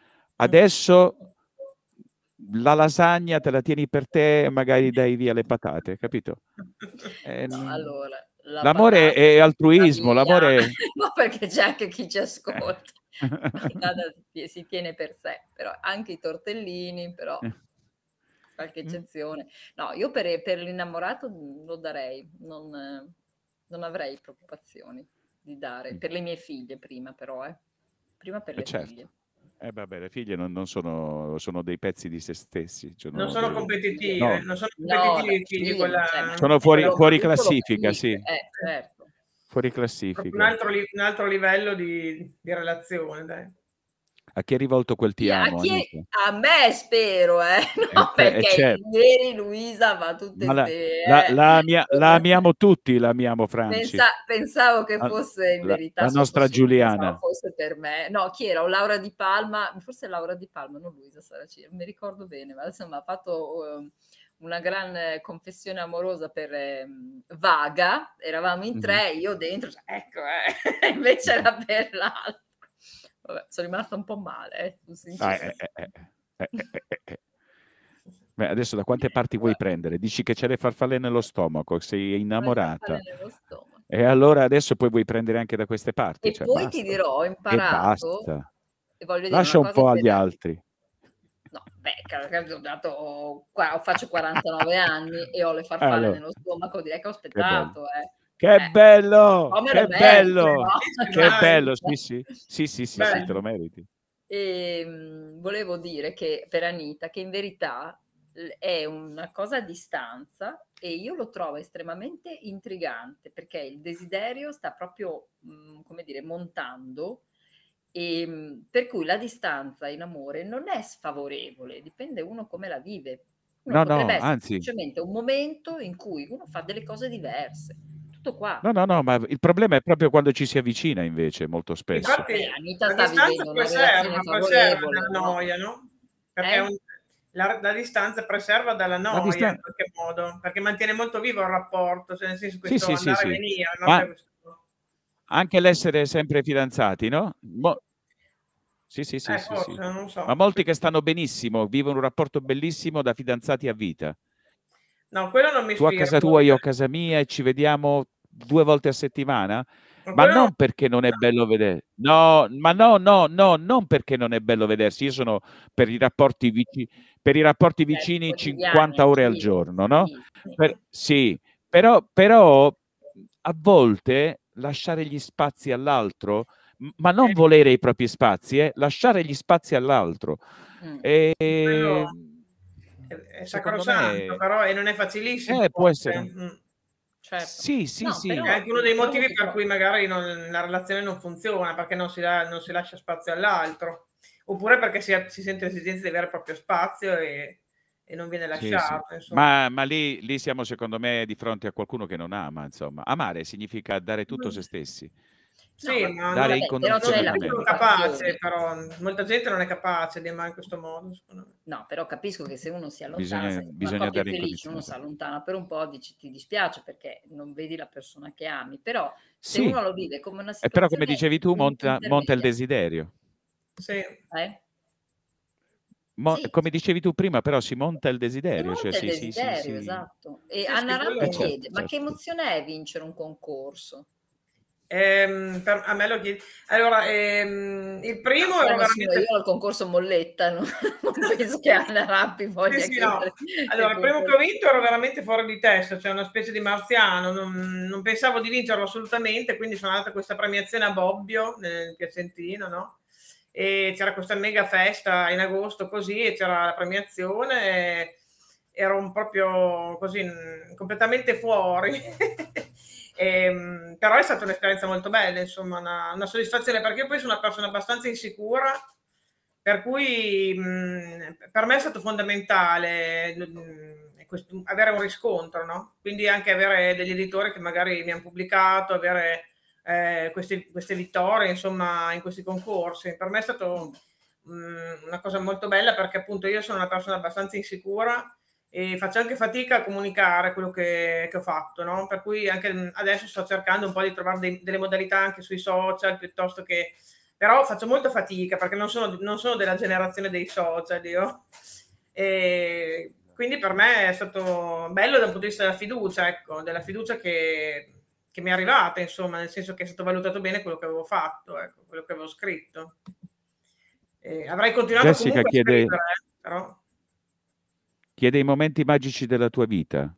Adesso la lasagna te la tieni per te e magari dai via le patate, capito? No, Ehm, allora, la L'amore patata è si butta altruismo, via, l'amore no, perché c'è anche chi ci eh. ascolta. La patata si tiene per sé, però anche i tortellini, però qualche Mh. eccezione. No, io per l'innamorato lo darei, non avrei preoccupazioni di dare, Mh. per le mie figlie prima però, prima per le Certo. figlie. Vabbè, le figlie non sono dei pezzi di se stessi, Non sono sono dei competitive, no, non sono No, competitivi beh, i figli figlie con non c'è, ma sono con fuori l'amore. soprattutto lo classifica, capisce, sì, certo. fuori Proprio classifica. un altro livello di relazione, dai. A chi hai rivolto quel ti A amo, chi Anita? a me spero, no, perché Cer ieri Luisa fa tutte ma 'ste la amiamo tutti, la amiamo Franci. pensavo che La fosse in verità la nostra sottosopra, pensavo Giuliana. fosse per me. No, chi era? O Laura Di Palma, forse Laura Di Palma, non Luisa Saraceni, non mi ricordo bene, ma adesso m'ha fatto, una gran confessione amorosa per, Vaga, eravamo in Mh-mh. 3, io dentro, cioè ecco, invece era per l'altro. Vabbè, sono rimasta un po' male, son Ah, sincera. Beh, adesso da quante parti vuoi prendere? Dici che c'hai le farfalle nello stomaco, sei Ho le farfalle innamorata nello stomaco. e allora adesso poi vuoi prendere anche da queste parti, E cioè poi ti basta. dirò, ho E imparato, basta. e voglio dire Lascia una un cosa po' per agli altri. no, beh, ho dato faccio 49 anni e ho le farfalle Allo nello stomaco, direi che ho che bello. aspettato, Che bello! un po' me lo Che merito, bello! no? Sì, Che dai. bello! Sì, sì. Sì, sì, sì, sì, Beh, te lo meriti. Volevo dire che per Anita, che in verità è una cosa a distanza e io lo trovo estremamente intrigante perché il desiderio sta proprio, come dire, montando, per cui la distanza in amore non è sfavorevole, dipende uno come la vive. Uno No, potrebbe no, essere anzi, semplicemente un momento in cui uno fa delle cose diverse. Tutto qua. no, ma il problema è proprio quando ci si avvicina invece, molto spesso. Infatti Anita la sta distanza vivendo una relazione preserva favorevole, dalla no? noia, no? Perché la distanza preserva dalla La noia in distan qualche modo, perché mantiene molto vivo il rapporto, cioè nel senso Sì, questo sì, sì, andare e sì. venire, no? Ma C'è questo... anche l'essere sempre fidanzati, no? Sì, sì, sì, sì, sì. Forse, non lo Ma so. molti che stanno benissimo, vivono un rapporto bellissimo da fidanzati a vita. No, quello non mi Tu a ispira casa tua, molto. io a casa mia e ci vediamo 2 volte a settimana? Ma Ma quello non... non perché non è bello no, ma no, non perché non è bello vedersi. Io sono per i rapporti vicini quotidiani, 50 ore al anch'io. giorno, no? Sì, sì. Sì, però a volte lasciare gli spazi all'altro, ma non volere i propri spazi, lasciare gli spazi all'altro. Quello è Secondo sacrosanto, me però, e non è facilissimo può forse. essere. Certo. Sì, sì, No, sì. È però anche uno dei quello motivi che per cui magari la relazione non funziona, perché non si lascia spazio all'altro, oppure perché si sente l'esigenza di avere proprio spazio e non viene Sì, sì. lasciato, insomma. Ma lì siamo secondo me di fronte a qualcuno che non ama, insomma. Amare significa dare tutto se stessi, no, Sì, vabbè, ma dare però c'è la sono incondizionatamente. capace, preoccupazione. però molta gente non è capace di amare in questo modo, secondo me. No, però capisco che se uno si allontana, Bisogna se una bisogna coppia è dare felice, uno si incondizionatamente. allontana per un po', dici ti dispiace perché non vedi la persona che ami, però se Sì, uno lo vive come una e però come situazione dicevi tu monta il intermedia, desiderio. Sì. eh? Sì, Come dicevi tu prima, però si monta il si desiderio, cioè monta il sì, sì, sì, desiderio, sì. esatto. E Sì, Anna sì, Rampi quello... Certo, chiede, ma che certo. emozione è vincere un concorso? A me lo chiedi. Allora, il No, primo qua ero nessuno, io veramente... al concorso molletta, no? Non penso che Anna Rampi Sì, voglia sì, no. chiedere Allora, del il primo che ho concorso. vinto ero veramente fuori di testa, cioè una specie di marziano, non pensavo di vincerlo assolutamente, quindi sono andata a questa premiazione a Bobbio, nel Piacentino, no? E c'era questa mega festa in agosto così, e c'era la premiazione, e ero proprio così, completamente fuori. Però è stata un'esperienza molto bella, insomma, una soddisfazione, perché io poi sono una persona abbastanza insicura, per cui per me è stato fondamentale avere un riscontro, no? Quindi anche avere degli editori che magari mi hanno pubblicato, avere queste vittorie, insomma, in questi concorsi. Per me è stato una cosa molto bella, perché appunto io sono una persona abbastanza insicura e faccio anche fatica a comunicare quello che ho fatto, no? Per cui anche adesso sto cercando un po' di trovare delle modalità anche sui social, piuttosto che... Però faccio molta fatica, perché non sono della generazione dei social io. E quindi per me è stato bello dal punto di vista della fiducia, ecco, della fiducia che mi è arrivata, insomma, nel senso che è stato valutato bene quello che avevo fatto, ecco, quello che avevo scritto. Avrei continuato Jessica comunque a scrivere, però... chiede i momenti magici della tua vita.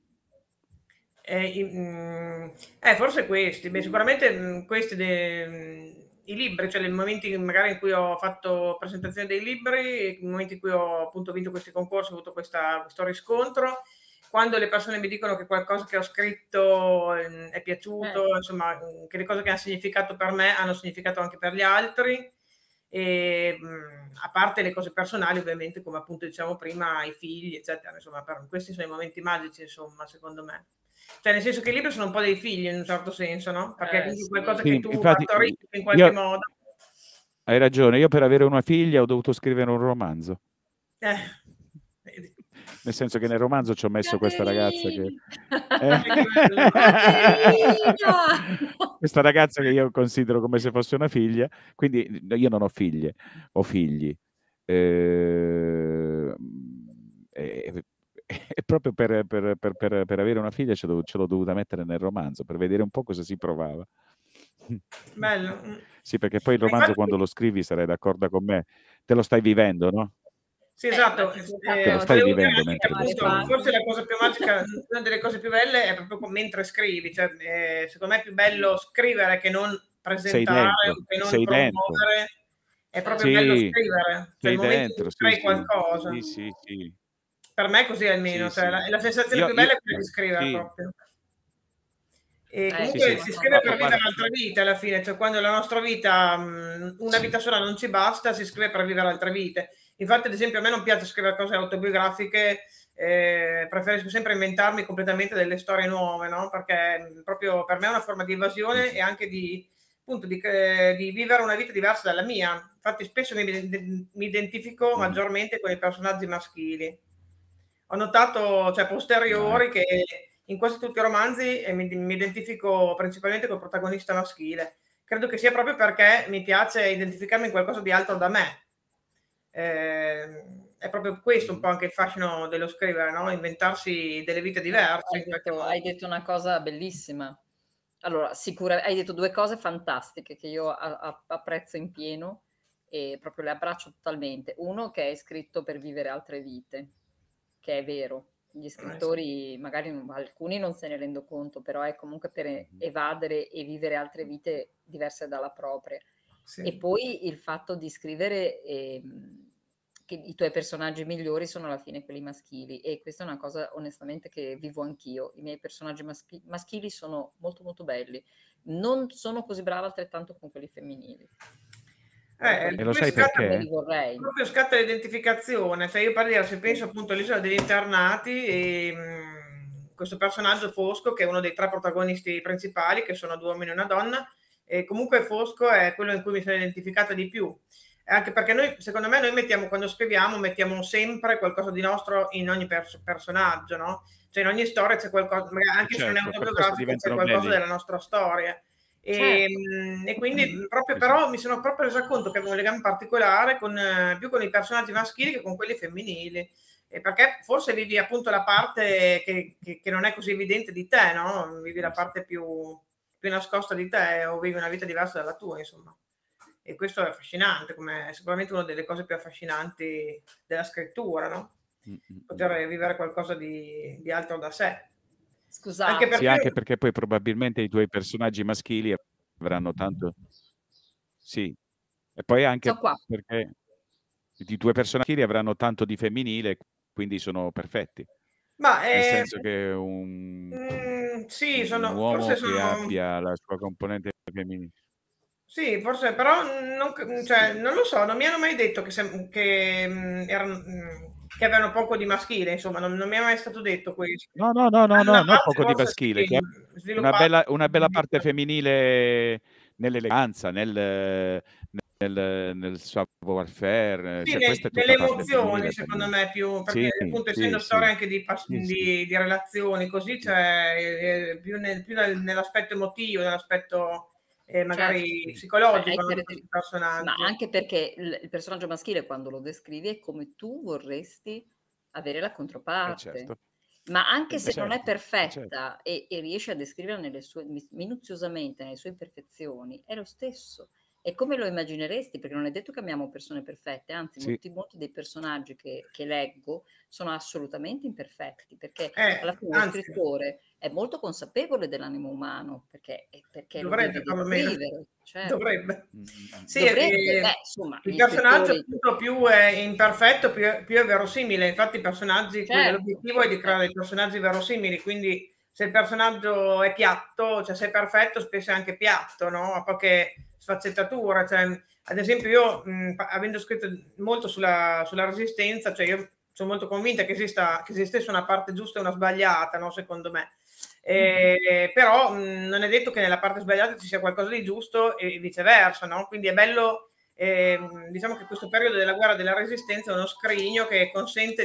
Forse questi, beh, sicuramente questi i libri, cioè i momenti magari in cui ho fatto presentazione dei libri, i momenti in cui ho appunto vinto questi concorsi, ho avuto questo riscontro, quando le persone mi dicono che qualcosa che ho scritto è piaciuto, insomma, che le cose che hanno significato per me hanno significato anche per gli altri. E a parte le cose personali, ovviamente, come appunto diciamo prima, i figli, eccetera, insomma, questi sono i momenti magici, insomma, secondo me. Cioè, nel senso che i libri sono un po' dei figli in un certo senso, no? Perché è quindi Sì. qualcosa che Sì, tu infatti partorisci in qualche io modo. hai ragione, io per avere una figlia ho dovuto scrivere un romanzo. Vedi. Nel senso che nel romanzo ci ho messo questa ragazza che Caterina! questa ragazza che io considero come se fosse una figlia, quindi io non ho figlie, ho figli. E proprio per avere una figlia ce l'ho dovuta mettere nel romanzo, per vedere un po' cosa si provava. Bello. Sì, perché poi il Ma romanzo infatti, quando lo scrivi, sarai d'accordo con me, te lo stai vivendo, no? sì, Ma esatto. ti sei Te lo fatto, stai ti Volevo dire vivendo anche che mentre lo fare appunto scrivi. forse la pagine. cosa più magica, una delle cose più belle è proprio mentre scrivi, cioè, secondo me è più bello scrivere che non presentare o che non Sei dentro. promuovere, è proprio Certo. bello Sì, scrivere, cioè il sei momento in cui dentro, sì, crei sì. qualcosa. Sì, sì, sì. Per me è così almeno, Sì, cioè sì. la sensazione più bella è quella di scrivere Sì. proprio. E Sì, comunque sì. si sono scrive Ma per vivere guarda, altre vite alla fine, cioè quando la nostra vita, una vita sola non ci basta, si scrive per vivere altre vite. Infatti, ad esempio, a me non piace scrivere cose autobiografiche, preferisco sempre inventarmi completamente delle storie nuove, no? Perché proprio per me è una forma di evasione e anche di, appunto, di vivere una vita diversa dalla mia. Infatti, spesso mi identifico maggiormente con i personaggi maschili. Ho notato, cioè, a posteriori, che in quasi tutti i romanzi mi identifico principalmente col protagonista maschile. Credo che sia proprio perché mi piace identificarmi in qualcosa di altro da me. È proprio questo un po' anche il fascino dello scrivere, no? Inventarsi delle vite diverse in qualche modo. Hai detto una cosa bellissima. Allora, hai detto due cose fantastiche che io apprezzo in pieno e proprio le abbraccio totalmente. Uno, che è scritto per vivere altre vite, che è vero. Gli scrittori, magari alcuni non se ne rendono conto, però è comunque per evadere e vivere altre vite diverse dalla propria. Sì. E poi il fatto di scrivere che i tuoi personaggi migliori sono alla fine quelli maschili, e questa è una cosa onestamente che vivo anch'io. I miei personaggi maschili sono molto molto belli, non sono così brava altrettanto con quelli femminili. E lo sai perché? Proprio scatta l'identificazione, cioè io per dire, se penso appunto all'Isola degli Internati, e questo personaggio Fosco, che è uno dei 3 protagonisti principali, che sono 2 uomini e una donna, e comunque Fosco è quello in cui mi sono identificata di più, anche perché noi, secondo me, quando scriviamo, mettiamo sempre qualcosa di nostro in ogni personaggio, no? Cioè in ogni storia c'è qualcosa, anche se non è Certo, per questo autobiografico, c'è diventano qualcosa belli. della nostra storia. Certo. E quindi proprio, Sì, sì. però mi sono proprio resa conto che avevo un legame particolare più con i personaggi maschili che con quelli femminili, perché forse vivi appunto la parte che non è così evidente di te, no? Vivi la parte più nascosta di te, o vivi una vita diversa dalla tua, insomma. E questo è affascinante, come è sicuramente una delle cose più affascinanti della scrittura, no? Poter vivere qualcosa di altro da sé. Scusate. Sì, anche perché poi probabilmente i tuoi personaggi maschili avranno tanto... Sì, e poi anche Sono qua. perché i tuoi personaggi avranno tanto di femminile, quindi sono perfetti. Ma Nel senso che sì, un forse uomo che sono. abbia la sua componente femminile. Sì, forse, però cioè, non lo so, non mi hanno mai detto che avevano poco di maschile, insomma, non mi è mai stato detto questo. No, Hanno una non parte poco di forse maschile, che ha sì, sviluppata. una bella parte femminile nell'eleganza, nel savoir-faire, Sì, cioè questa è nelle tutta parte emozioni, femminile per secondo me. me, più, perché Sì, appunto sì, essendo storie sì, anche sì, sì. di relazioni, così, cioè più nell'aspetto emotivo, nell'aspetto Certo. magari Beh, psicologico, no, di questi ma personaggi. anche perché il personaggio maschile, quando lo descrivi, è come tu vorresti avere la controparte. Certo. Ma anche se non è Certo, certo. perfetta e riesce a descriverla minuziosamente, nelle sue imperfezioni, è lo stesso. È come lo immagineresti, perché non è detto che amiamo persone perfette, anzi Sì, molti dei personaggi che leggo sono assolutamente imperfetti, perché alla fine lo Anzi, scrittore è molto consapevole dell'animo umano, perché lo dovrebbe deve perlomeno, descrivere, certo. dovrebbe. Sì, Dovrebbe, beh, insomma, il gli personaggio scrittori, appunto più è imperfetto, più è verosimile. Infatti i personaggi, certo, l'obiettivo è di creare dei personaggi verosimili, quindi se il personaggio è piatto, cioè se è perfetto, spesso è anche piatto, no? Ha poche sfaccettature. Cioè, ad esempio io, avendo scritto molto sulla resistenza, cioè io sono molto convinta che esistesse una parte giusta e una sbagliata, no? Secondo me. Però non è detto che nella parte sbagliata ci sia qualcosa di giusto e viceversa, no? Quindi è bello, diciamo che questo periodo della guerra della resistenza è uno scrigno che consente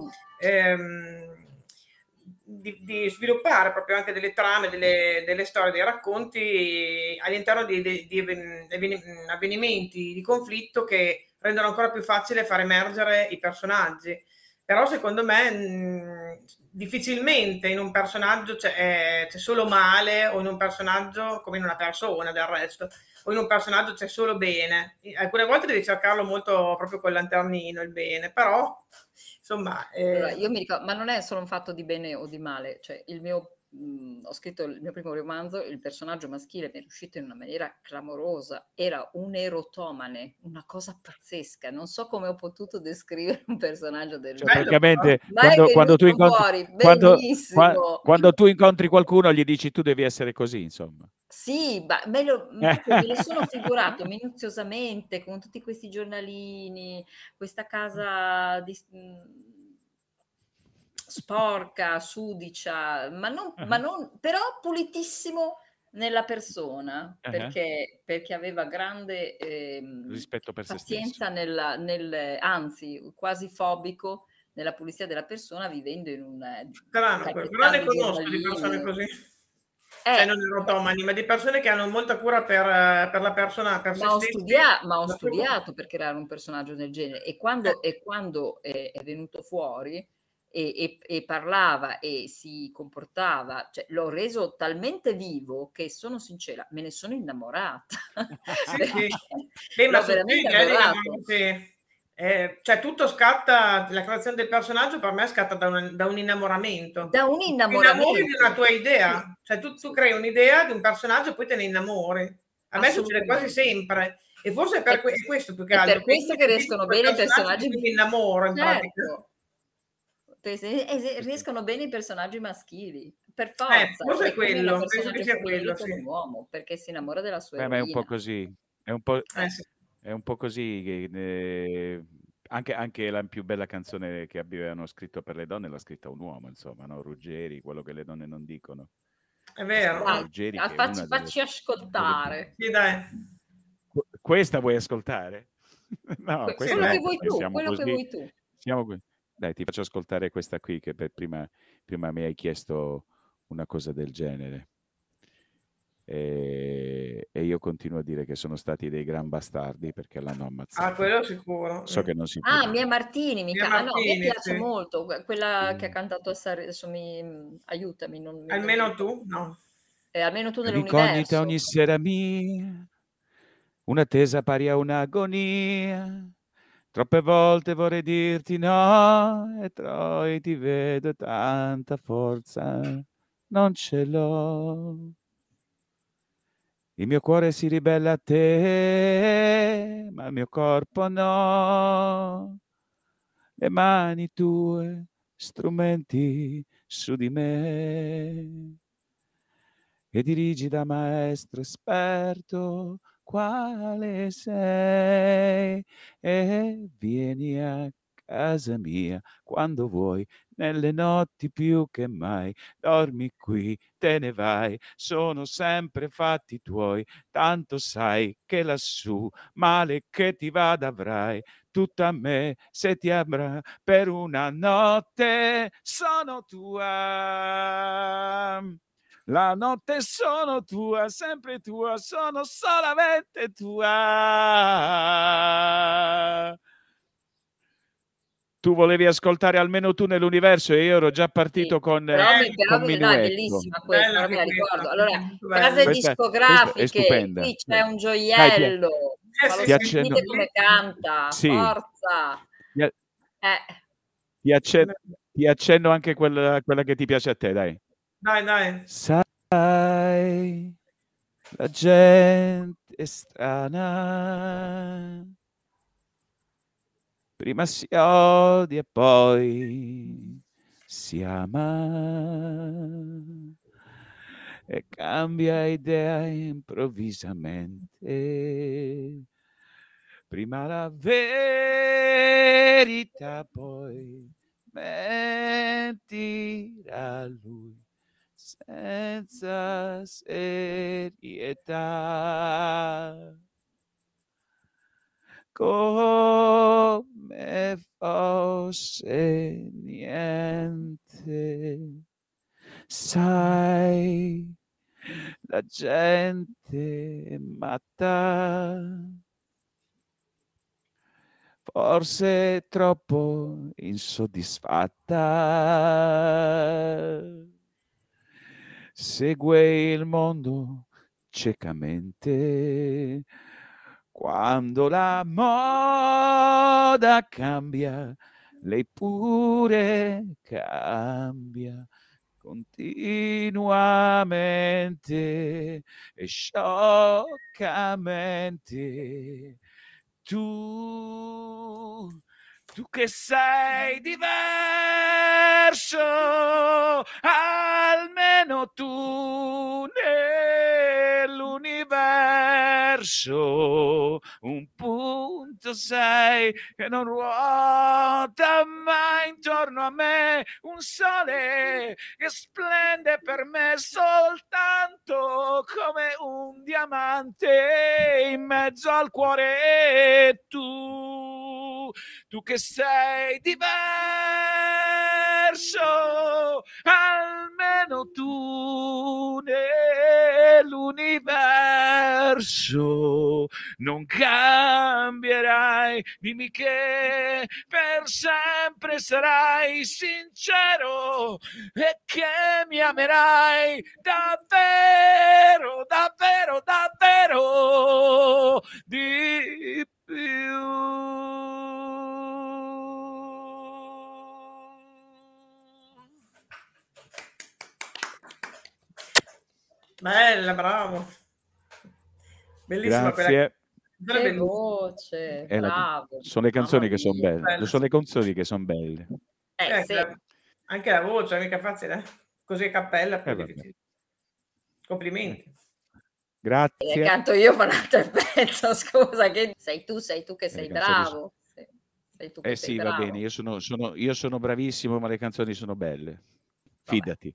di sviluppare proprio anche delle trame, delle storie, dei racconti all'interno di avvenimenti di conflitto che rendono ancora più facile far emergere i personaggi. Però secondo me difficilmente in un personaggio c'è solo male, o in un personaggio, come in una persona del resto, o in un personaggio c'è solo bene. Alcune volte devi cercarlo molto proprio col lanternino il bene, però insomma allora, io mi ricordo, ma non è solo un fatto di bene o di male, cioè il mio ho scritto il mio primo romanzo, il personaggio maschile mi è riuscito in una maniera clamorosa, era un erotomane, una cosa pazzesca, non so come ho potuto descrivere un personaggio del Cioè, genere, praticamente, ma è quando tu venuto incontri, fuori benissimo. quando tu incontri qualcuno, gli dici tu devi essere così, insomma. Sì, proprio me lo sono figurato minuziosamente con tutti questi giornalini, questa casa sporca, sudicia, ma non, però pulitissimo nella persona, Ah-ah. perché aveva grande Rispetto per se stesso. pazienza anzi, quasi fobico nella pulizia della persona, vivendo in un Strano, però ne conosco di persone così. Cioè non erotomani, ma di persone che hanno molta cura per la persona, per se stessi. Ma ho studiato per creare un personaggio del genere, e quando è venuto fuori e parlava e si comportava, cioè l'ho reso talmente vivo che, sono sincera, me ne sono innamorata. Sì. Ma l'ho veramente adorato. Cioè tutto scatta, la creazione del personaggio per me scatta da un innamoramento. Da un Ti innamoramento. innamori di una tua idea, cioè tu crei un'idea di un personaggio e poi te ne innamori. A me succede quasi sempre, e forse è questo più che altro. È per questo che riescono bene i personaggi. Mi innamoro in pratica. Riescono bene i personaggi maschili, per forza. Forse è quello, penso che sia quello, sì. Un uomo, perché si innamora della sua Ma è un po' così, è un po', sì. è un po' così che anche la più bella canzone che avevano scritto per le donne l'ha scritta un uomo, insomma, no? Ruggeri, quello che le donne non dicono. È vero. Ruggeri, Facci ascoltare. Sì, dai. Questa vuoi ascoltare? No, quello che vuoi tu, quello che vuoi tu. Siamo qui. Dai, ti faccio ascoltare questa qui, che prima mi hai chiesto una cosa del genere. E io continuo a dire che sono stati dei gran bastardi perché l'hanno ammazzato. Quello sicuro. So che non si può dire. Mia Martini, mi piace molto quella che ha cantato a Sanremo, adesso aiutami. Almeno tu? No. Almeno tu nell'universo. Incognita ogni sera mia, un'attesa pari a un'agonia. Troppe volte vorrei dirti no, e poi ti vedo tanta forza, non ce l'ho. Il mio cuore si ribella a te, ma il mio corpo no. Le mani tue, strumenti su di me. E dirigi da maestro esperto quale sei, e vieni a casa mia quando vuoi, nelle notti più che mai. Dormi qui, te ne vai, sono sempre fatti tuoi, tanto sai che lassù male che ti vada avrai tutto a me se ti avrà per una notte. Sono tua, la notte sono tua, sempre tua, sono solamente tua. Tu volevi ascoltare Almeno tu nell'universo e io ero già partito con Minuetto. No, è bellissima questa, me la ricordo. Allora, case discografiche, qui c'è un gioiello. Sentite come canta, sì. Forza. Ti accenno anche quella che ti piace a te, dai. Dai. Sai, la gente è strana, prima si odia e poi si ama, e cambia idea improvvisamente. Prima la verità, poi mentirà lui senza serietà, come fosse niente. Sai, la gente è matta, forse troppo insoddisfatta, segue il mondo ciecamente. Quando la moda cambia, lei pure cambia continuamente e scioccamente. Tu che sei diverso, almeno tu nell'universo, un punto sei che non ruota mai intorno a me, un sole che splende per me soltanto come un diamante in mezzo al cuore. Tu che sei diverso, almeno tu nell'universo non cambierai, dimmi che per sempre sarai sincero e che mi amerai davvero, davvero, davvero di più. Bella, bravo. Bellissima Grazie. quella. Che voce, bravo. Sono le canzoni che sono belle. bello. Sono le canzoni che sono belle. Sì. Anche la voce è mica facile. Così a cappella poi è vabbè. difficile. Complimenti. Grazie. Canto io per un altro pezzo, scusa, che sei tu che sei bravo. Sei tu che sei sì, bravo. va bene, io sono bravissimo, ma le canzoni sono belle. Fidati.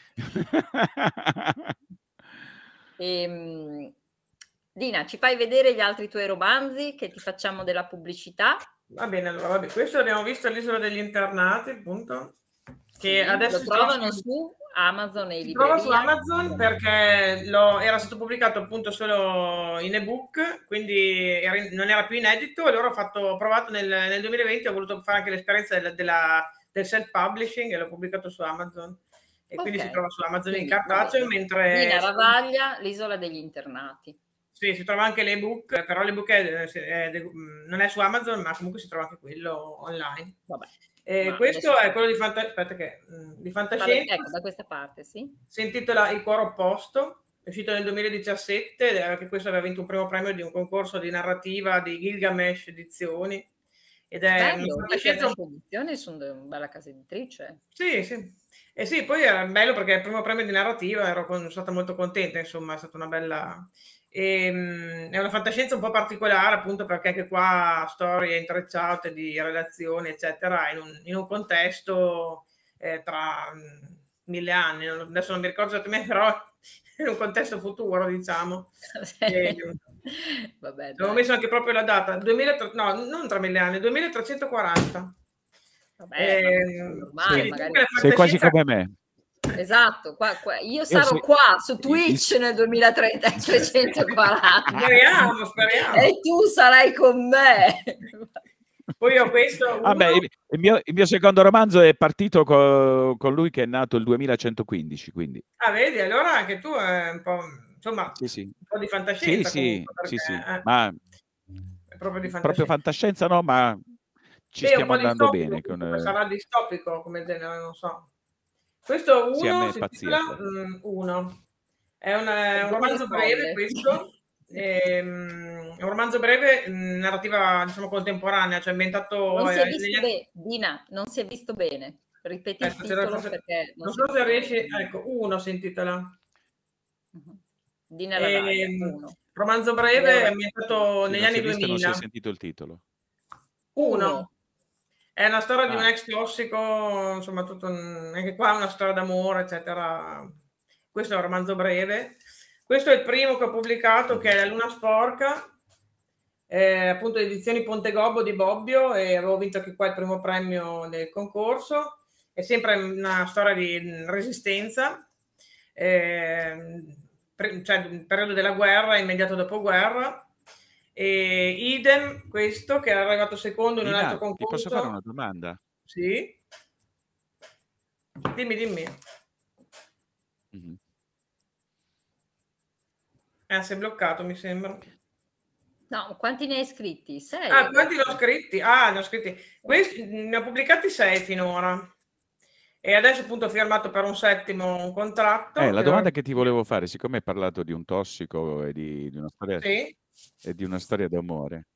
Dina, ci fai vedere gli altri tuoi romanzi che ti facciamo della pubblicità? Va bene, allora, questo l'abbiamo visto all'Isola degli Internati, appunto. Che Sì, adesso lo trovano su Amazon e si libreria. trova su Amazon perché era stato pubblicato appunto solo in ebook, quindi non era più inedito, e loro ho provato nel 2020, ho voluto fare anche l'esperienza del self-publishing e l'ho pubblicato su Amazon. E quindi si trova su Amazon in cartaceo, mentre... Dina Ravaglia, l'Isola degli Internati. Sì, si trova anche l'ebook, però l'ebook non è su Amazon, ma comunque si trova anche quello online. Vabbè. Questo è quello di fantascienza. Ecco, da questa parte, sì. Si intitola Il cuore opposto, è uscito nel 2017, anche questo aveva vinto un primo premio di un concorso di narrativa di Gilgamesh Edizioni. Ed è Gilgamesh Edizioni, sono una bella casa editrice. Sì, sì. E sì, poi era bello perché il primo premio di narrativa sono stata molto contenta, insomma, è stata una bella... è una fantascienza un po' particolare, appunto, perché anche qua storie intrecciate di relazioni, eccetera, in un contesto tra 1000 anni, adesso non mi ricordo esattamente, però in un contesto futuro, diciamo. Vabbè, avevo messo anche proprio la data, non tra 1000 anni, 2340. Vabbè, ormai, magari... Sei quasi come me. Esatto, io sarò qua su Twitch nel 2340. Speriamo. E tu sarai con me. Poi ho questo. Vabbè, il mio secondo romanzo è partito con lui che è nato il 2115, quindi. Ah, vedi, allora anche tu è un po', insomma, sì. Un po' di fantascienza. Sì, ma è proprio di fantascienza. Proprio fantascienza no, ma ci stiamo andando bene. Sarà distopico come genere, non so. Questo uno si intitola Uno. È un romanzo breve, questo. È un romanzo breve, narrativa, diciamo, contemporanea, cioè ambientato... Non si è visto bene, Dina, non si è visto bene. Ripeti il titolo perché... Non so se riesci... Ecco, Uno si intitola. Dina Ravaglia, Uno. Romanzo breve, ambientato negli anni 2000. Non si è sentito il titolo. Uno. È una storia di un ex tossico, insomma, anche qua una storia d'amore, eccetera. Questo è un romanzo breve. Questo è il primo che ho pubblicato, che è La Luna Sporca, appunto edizioni Pontegobbo di Bobbio, e avevo vinto anche qua il primo premio del concorso. È sempre una storia di resistenza, cioè il periodo della guerra, immediato dopoguerra. E idem questo che è arrivato secondo in un altro concorso. Ti posso fare una domanda? Sì. Dimmi. Mm-hmm. Sei bloccato, mi sembra. No, quanti ne hai scritti? 6. Quanti ne ho scritti? Ne ho scritti. Questi ne ho pubblicati 6 finora. E adesso appunto ho firmato per un 7° contratto. La domanda che ti volevo fare, siccome hai parlato di un tossico e di una storia, Sì. e di una storia d'amore.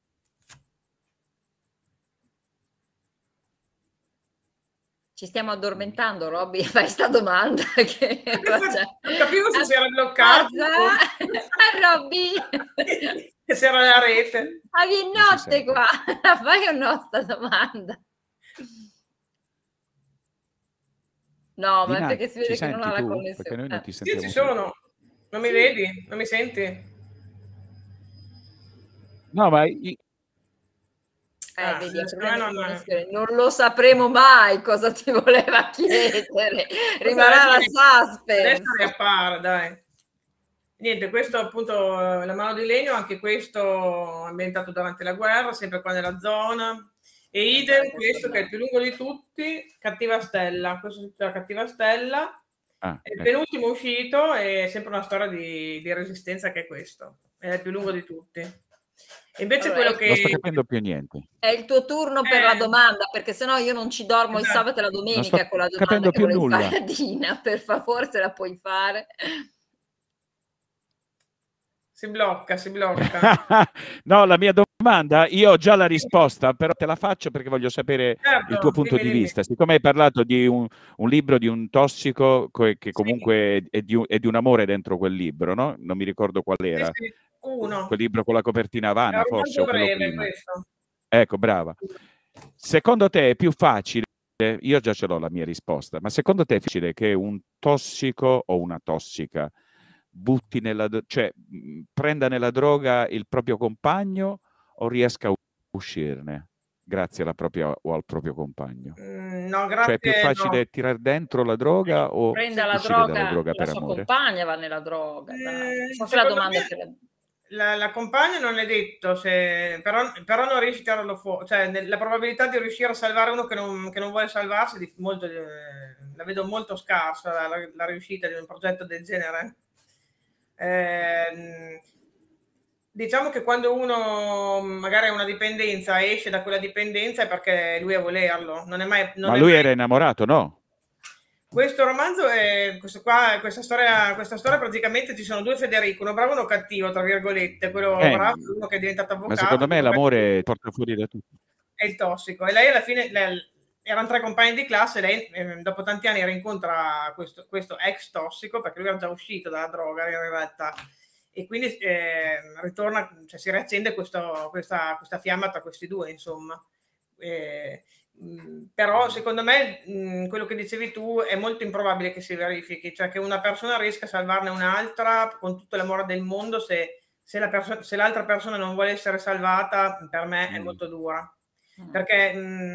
Ci stiamo addormentando, Robby, fai sta domanda che Non capivo se si era bloccato. Robby! Che si era la rete. Stavi in notte qua, fai o no sta domanda? No, ma è perché si vede che non ha la connessione. Perché noi non ti Sì, sentiamo ci sono. Non mi vedi? Non mi senti? No, ma vedi, non lo sapremo mai cosa ti voleva chiedere. Rimarrà la suspense. Adesso riappare, dai. Niente, questo appunto La mano di legno, anche questo ambientato durante la guerra, sempre qua nella zona. E idem, questo che è il più lungo di tutti, Cattiva Stella. Questo si intitola Cattiva Stella. È il penultimo uscito, è sempre una storia di resistenza, che è questo. È il più lungo di tutti. E invece quello che... Non sto capendo più niente. È il tuo turno per la domanda, perché sennò io non ci dormo il sabato e la domenica con la domanda che volevi fare a Dina. Per favore, se la puoi fare. Si blocca. No, la mia domanda, io ho già la risposta, però te la faccio perché voglio sapere il tuo punto di vista. Siccome hai parlato di un libro di un tossico che comunque è di un amore dentro quel libro, no? Non mi ricordo qual era. Sì, uno. Quel libro con la copertina vana, forse. Breve, questo. Ecco, brava. Secondo te è più facile, io già ce l'ho la mia risposta, ma secondo te è facile che un tossico o una tossica butti cioè prenda nella droga il proprio compagno o riesca a uscirne grazie alla propria o al proprio compagno? No, grazie. Cioè è più facile tirar dentro la droga o prenda la uscire droga, dalla droga per la sua amore? compagna va nella droga. Forse la domanda che la compagna non è detto, però non riesci a tirarlo fuori, cioè la probabilità di riuscire a salvare uno che non vuole salvarsi la vedo molto scarsa, la riuscita di un progetto del genere. Diciamo che quando uno magari ha una dipendenza, esce da quella dipendenza, è perché lui a volerlo, ma lui era innamorato, no? Questo romanzo è questa storia praticamente ci sono due Federico, uno bravo e uno cattivo, tra virgolette, quello bravo è uno che è diventato avvocato. Ma secondo me l'amore porta fuori da tutto. È il tossico, e lei alla fine erano 3 compagni di classe, lei dopo tanti anni rincontra questo ex tossico, perché lui era già uscito dalla droga in realtà, e quindi ritorna, cioè si riaccende questa fiamma tra questi due, insomma. Però secondo me quello che dicevi tu è molto improbabile che si verifichi, cioè che una persona riesca a salvarne un'altra con tutto l'amore del mondo, se l'altra persona non vuole essere salvata, per me è molto dura, perché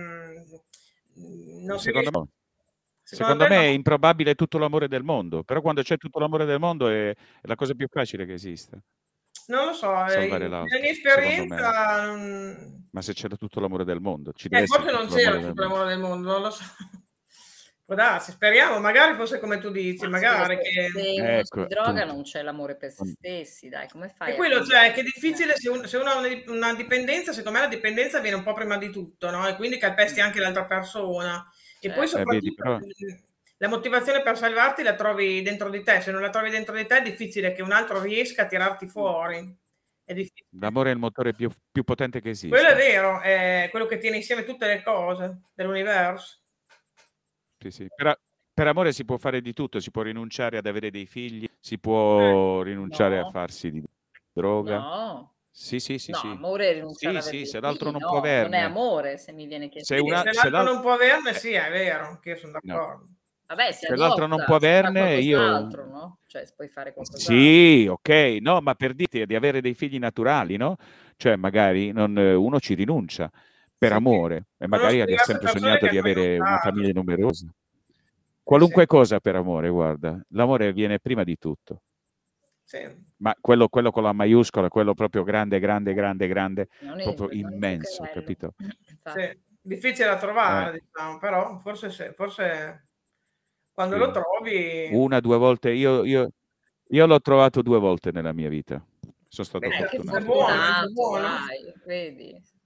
secondo me è improbabile tutto l'amore del mondo, però quando c'è tutto l'amore del mondo è la cosa più facile che esista. Non lo so, nella mia esperienza... Ma se c'era tutto l'amore del mondo, forse non c'era tutto l'amore del mondo, non lo so. Può darsi, speriamo, magari fosse come tu dici, magari se uno si droga non c'è l'amore per se stessi, dai, come fai? E quello, cioè, che è difficile se uno ha una dipendenza, secondo me la dipendenza viene un po' prima di tutto, no? E quindi calpesti anche l'altra persona. E poi soprattutto la motivazione per salvarti la trovi dentro di te, se non la trovi dentro di te è difficile che un altro riesca a tirarti fuori. L'amore è il motore più potente che esiste. Quello è vero, è quello che tiene insieme tutte le cose dell'universo. Sì. Per amore si può fare di tutto, si può rinunciare ad avere dei figli, si può rinunciare a farsi di droga. No. Sì. Amore è rinunciare ad avere se l'altro non può non averne. è amore, se mi viene chiesto. Se l'altro non può averne, sì, è vero, che io sono d'accordo. Vabbè, se l'altro non può averne, no? Cioè, puoi fare qualcos'altro. Sì, ok, no, ma per dirti di avere dei figli naturali, no? Cioè, magari uno ci rinuncia per amore, e magari ha sempre sognato di avere una famiglia numerosa. Qualunque cosa per amore, guarda, l'amore viene prima di tutto. Sì. Ma quello con la maiuscola, quello proprio grande, proprio immenso, capito? Sì. Difficile da trovare, diciamo, però forse quando lo trovi... 1 o 2 volte, io l'ho trovato 2 volte nella mia vita. Sono stato fortunato. Buono, vedi.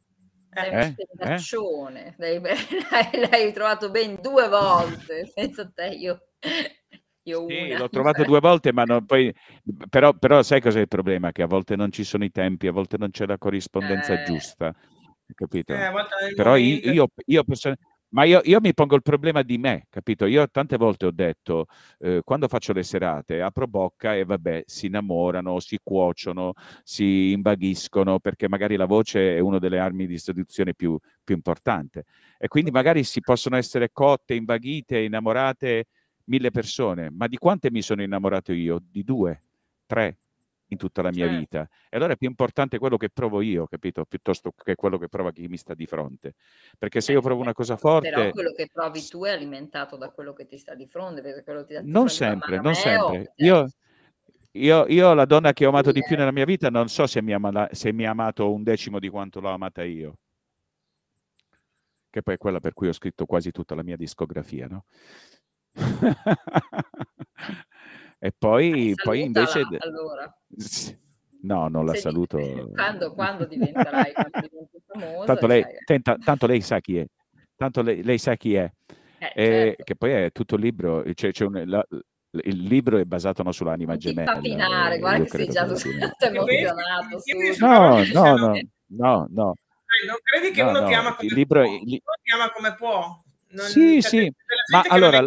Sei uno spendaccione, l'hai trovato ben 2 volte, pensa a te, io Sì, una. l'ho trovato 2 volte, ma poi però sai cos'è il problema? Che a volte non ci sono i tempi, a volte non c'è la corrispondenza giusta, capito? A volte nel Però momento. ma io mi pongo il problema di me, capito? Io tante volte ho detto, quando faccio le serate, apro bocca e vabbè, si innamorano, si cuociono, si invaghiscono, perché magari la voce è una delle armi di seduzione più importante. E quindi magari si possono essere cotte, invaghite, innamorate 1000 persone, ma di quante mi sono innamorato io? Di 2, 3 in tutta la mia vita. E allora è più importante quello che provo io, capito? Piuttosto che quello che prova chi mi sta di fronte. Perché se io provo una cosa forte... Però quello che provi tu è alimentato da quello che ti sta di fronte, perché quello che ti sta di Non fronte è sempre, non Marameo. sempre. Io la donna che ho amato di più nella mia vita non so se mi ha amato 1/10 di quanto l'ho amata io. Che poi è quella per cui ho scritto quasi tutta la mia discografia, no? E poi invece... allora. No, non la saluto. Quando diventerai famosa? Tanto lei sa chi è. Tanto lei sa chi è. Certo. Che poi è tutto il libro. Il libro è basato sull'anima non ti gemella. Papinare, guarda che sei già emozionato. No. Non credi che uno ti ama come il libro, può? Uno ti ama come può. Sì. Ma allora,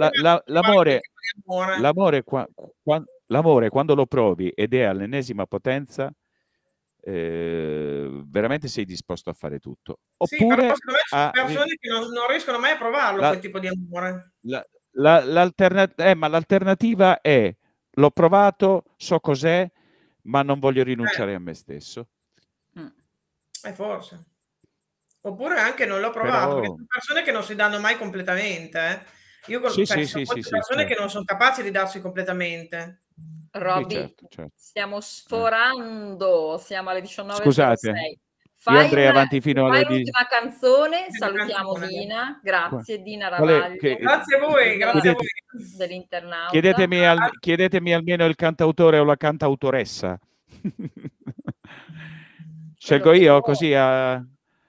l'amore quando lo provi ed è all'ennesima potenza, veramente sei disposto a fare tutto. Oppure sì, però secondo me ci sono persone che non riescono mai a provarlo quel tipo di amore. Ma l'alternativa è: l'ho provato, so cos'è, ma non voglio rinunciare a me stesso. Forse. Oppure anche non l'ho provato, perché sono persone che non si danno mai completamente. Io Sì, sono molte persone che non sono capaci di darsi completamente. Robby, certo. stiamo sforando, siamo alle 19:06. Scusate, io andrei avanti fino alle... Fai l'ultima canzone, salutiamo Dina. Grazie Dina Ravaglia. Grazie a voi, grazie a voi. Dell'internauta. Chiedetemi almeno il cantautore o la cantautoressa. Scelgo io così a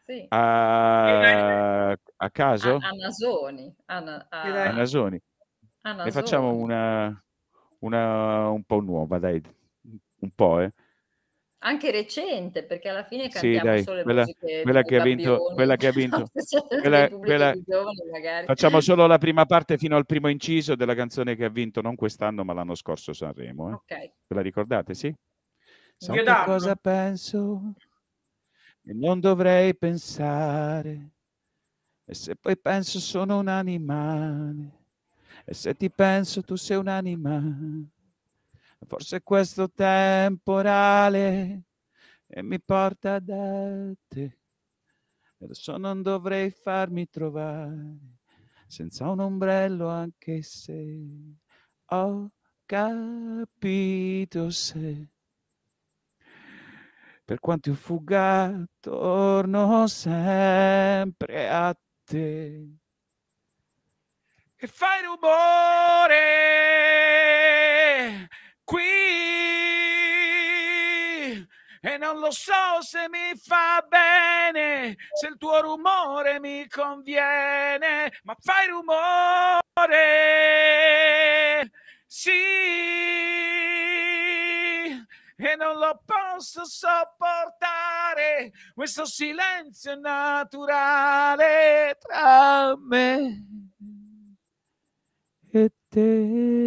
caso? A Nasoni. A Nasoni. Ne facciamo una un po' nuova, dai. Un po', Anche recente, perché alla fine Sì, cantiamo dai, solo le quella musiche che ha vinto, pubblico più giovani magari. Facciamo solo la prima parte fino al primo inciso della canzone che ha vinto non quest'anno, ma l'anno scorso Sanremo. Okay. Ve la ricordate, sì? So che cosa penso e non dovrei pensare, e se poi penso sono un animale, e se ti penso tu sei un animale, forse questo temporale e mi porta da te. Adesso non dovrei farmi trovare senza un ombrello, anche se ho capito se per quanto io fugga torno sempre a te. E fai rumore qui e non lo so se mi fa bene, se il tuo rumore mi conviene, ma fai rumore, sì, e non lo posso sopportare, questo silenzio naturale tra me e te.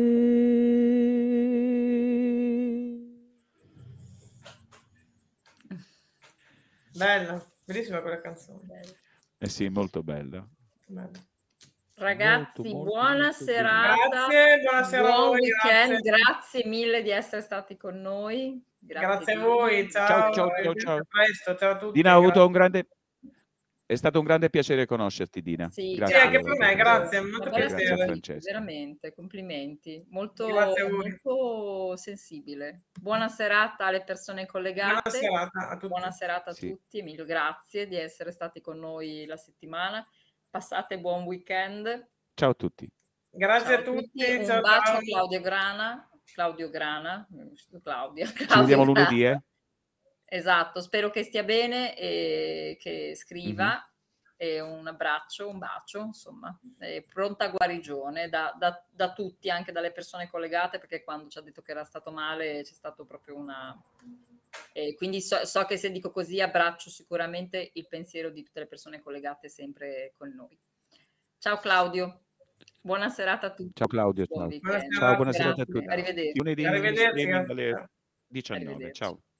Bella, bellissima quella canzone. Sì, molto bella. Ragazzi, molto, buona serata. Grazie, buonasera buon a voi, weekend, grazie mille di essere stati con noi. Grazie a voi, ciao. Ciao. A presto, ciao a tutti. Dina, è stato un grande piacere conoscerti, Dina. Sì, grazie anche per me, grazie. Molto piacere. Veramente, complimenti. Molto sensibile. Buona serata alle persone collegate. Buona serata a tutti. Emilio, grazie di essere stati con noi la settimana. Passate buon weekend. Ciao a tutti. Grazie a tutti. Un bacio a Claudio Grana. Claudia. Ci vediamo lunedì, Esatto, spero che stia bene e che scriva. E un abbraccio, un bacio, insomma, pronta guarigione da tutti, anche dalle persone collegate, perché quando ci ha detto che era stato male c'è stato proprio una... quindi so che se dico così abbraccio sicuramente il pensiero di tutte le persone collegate sempre con noi. Ciao Claudio, buona serata a tutti. Ciao Claudio, Buon ciao. weekend. Ciao, buona serata a Grazie, tutti. arrivederci. Lunedì Arrivederci. streaming alle 19. Arrivederci. Ciao.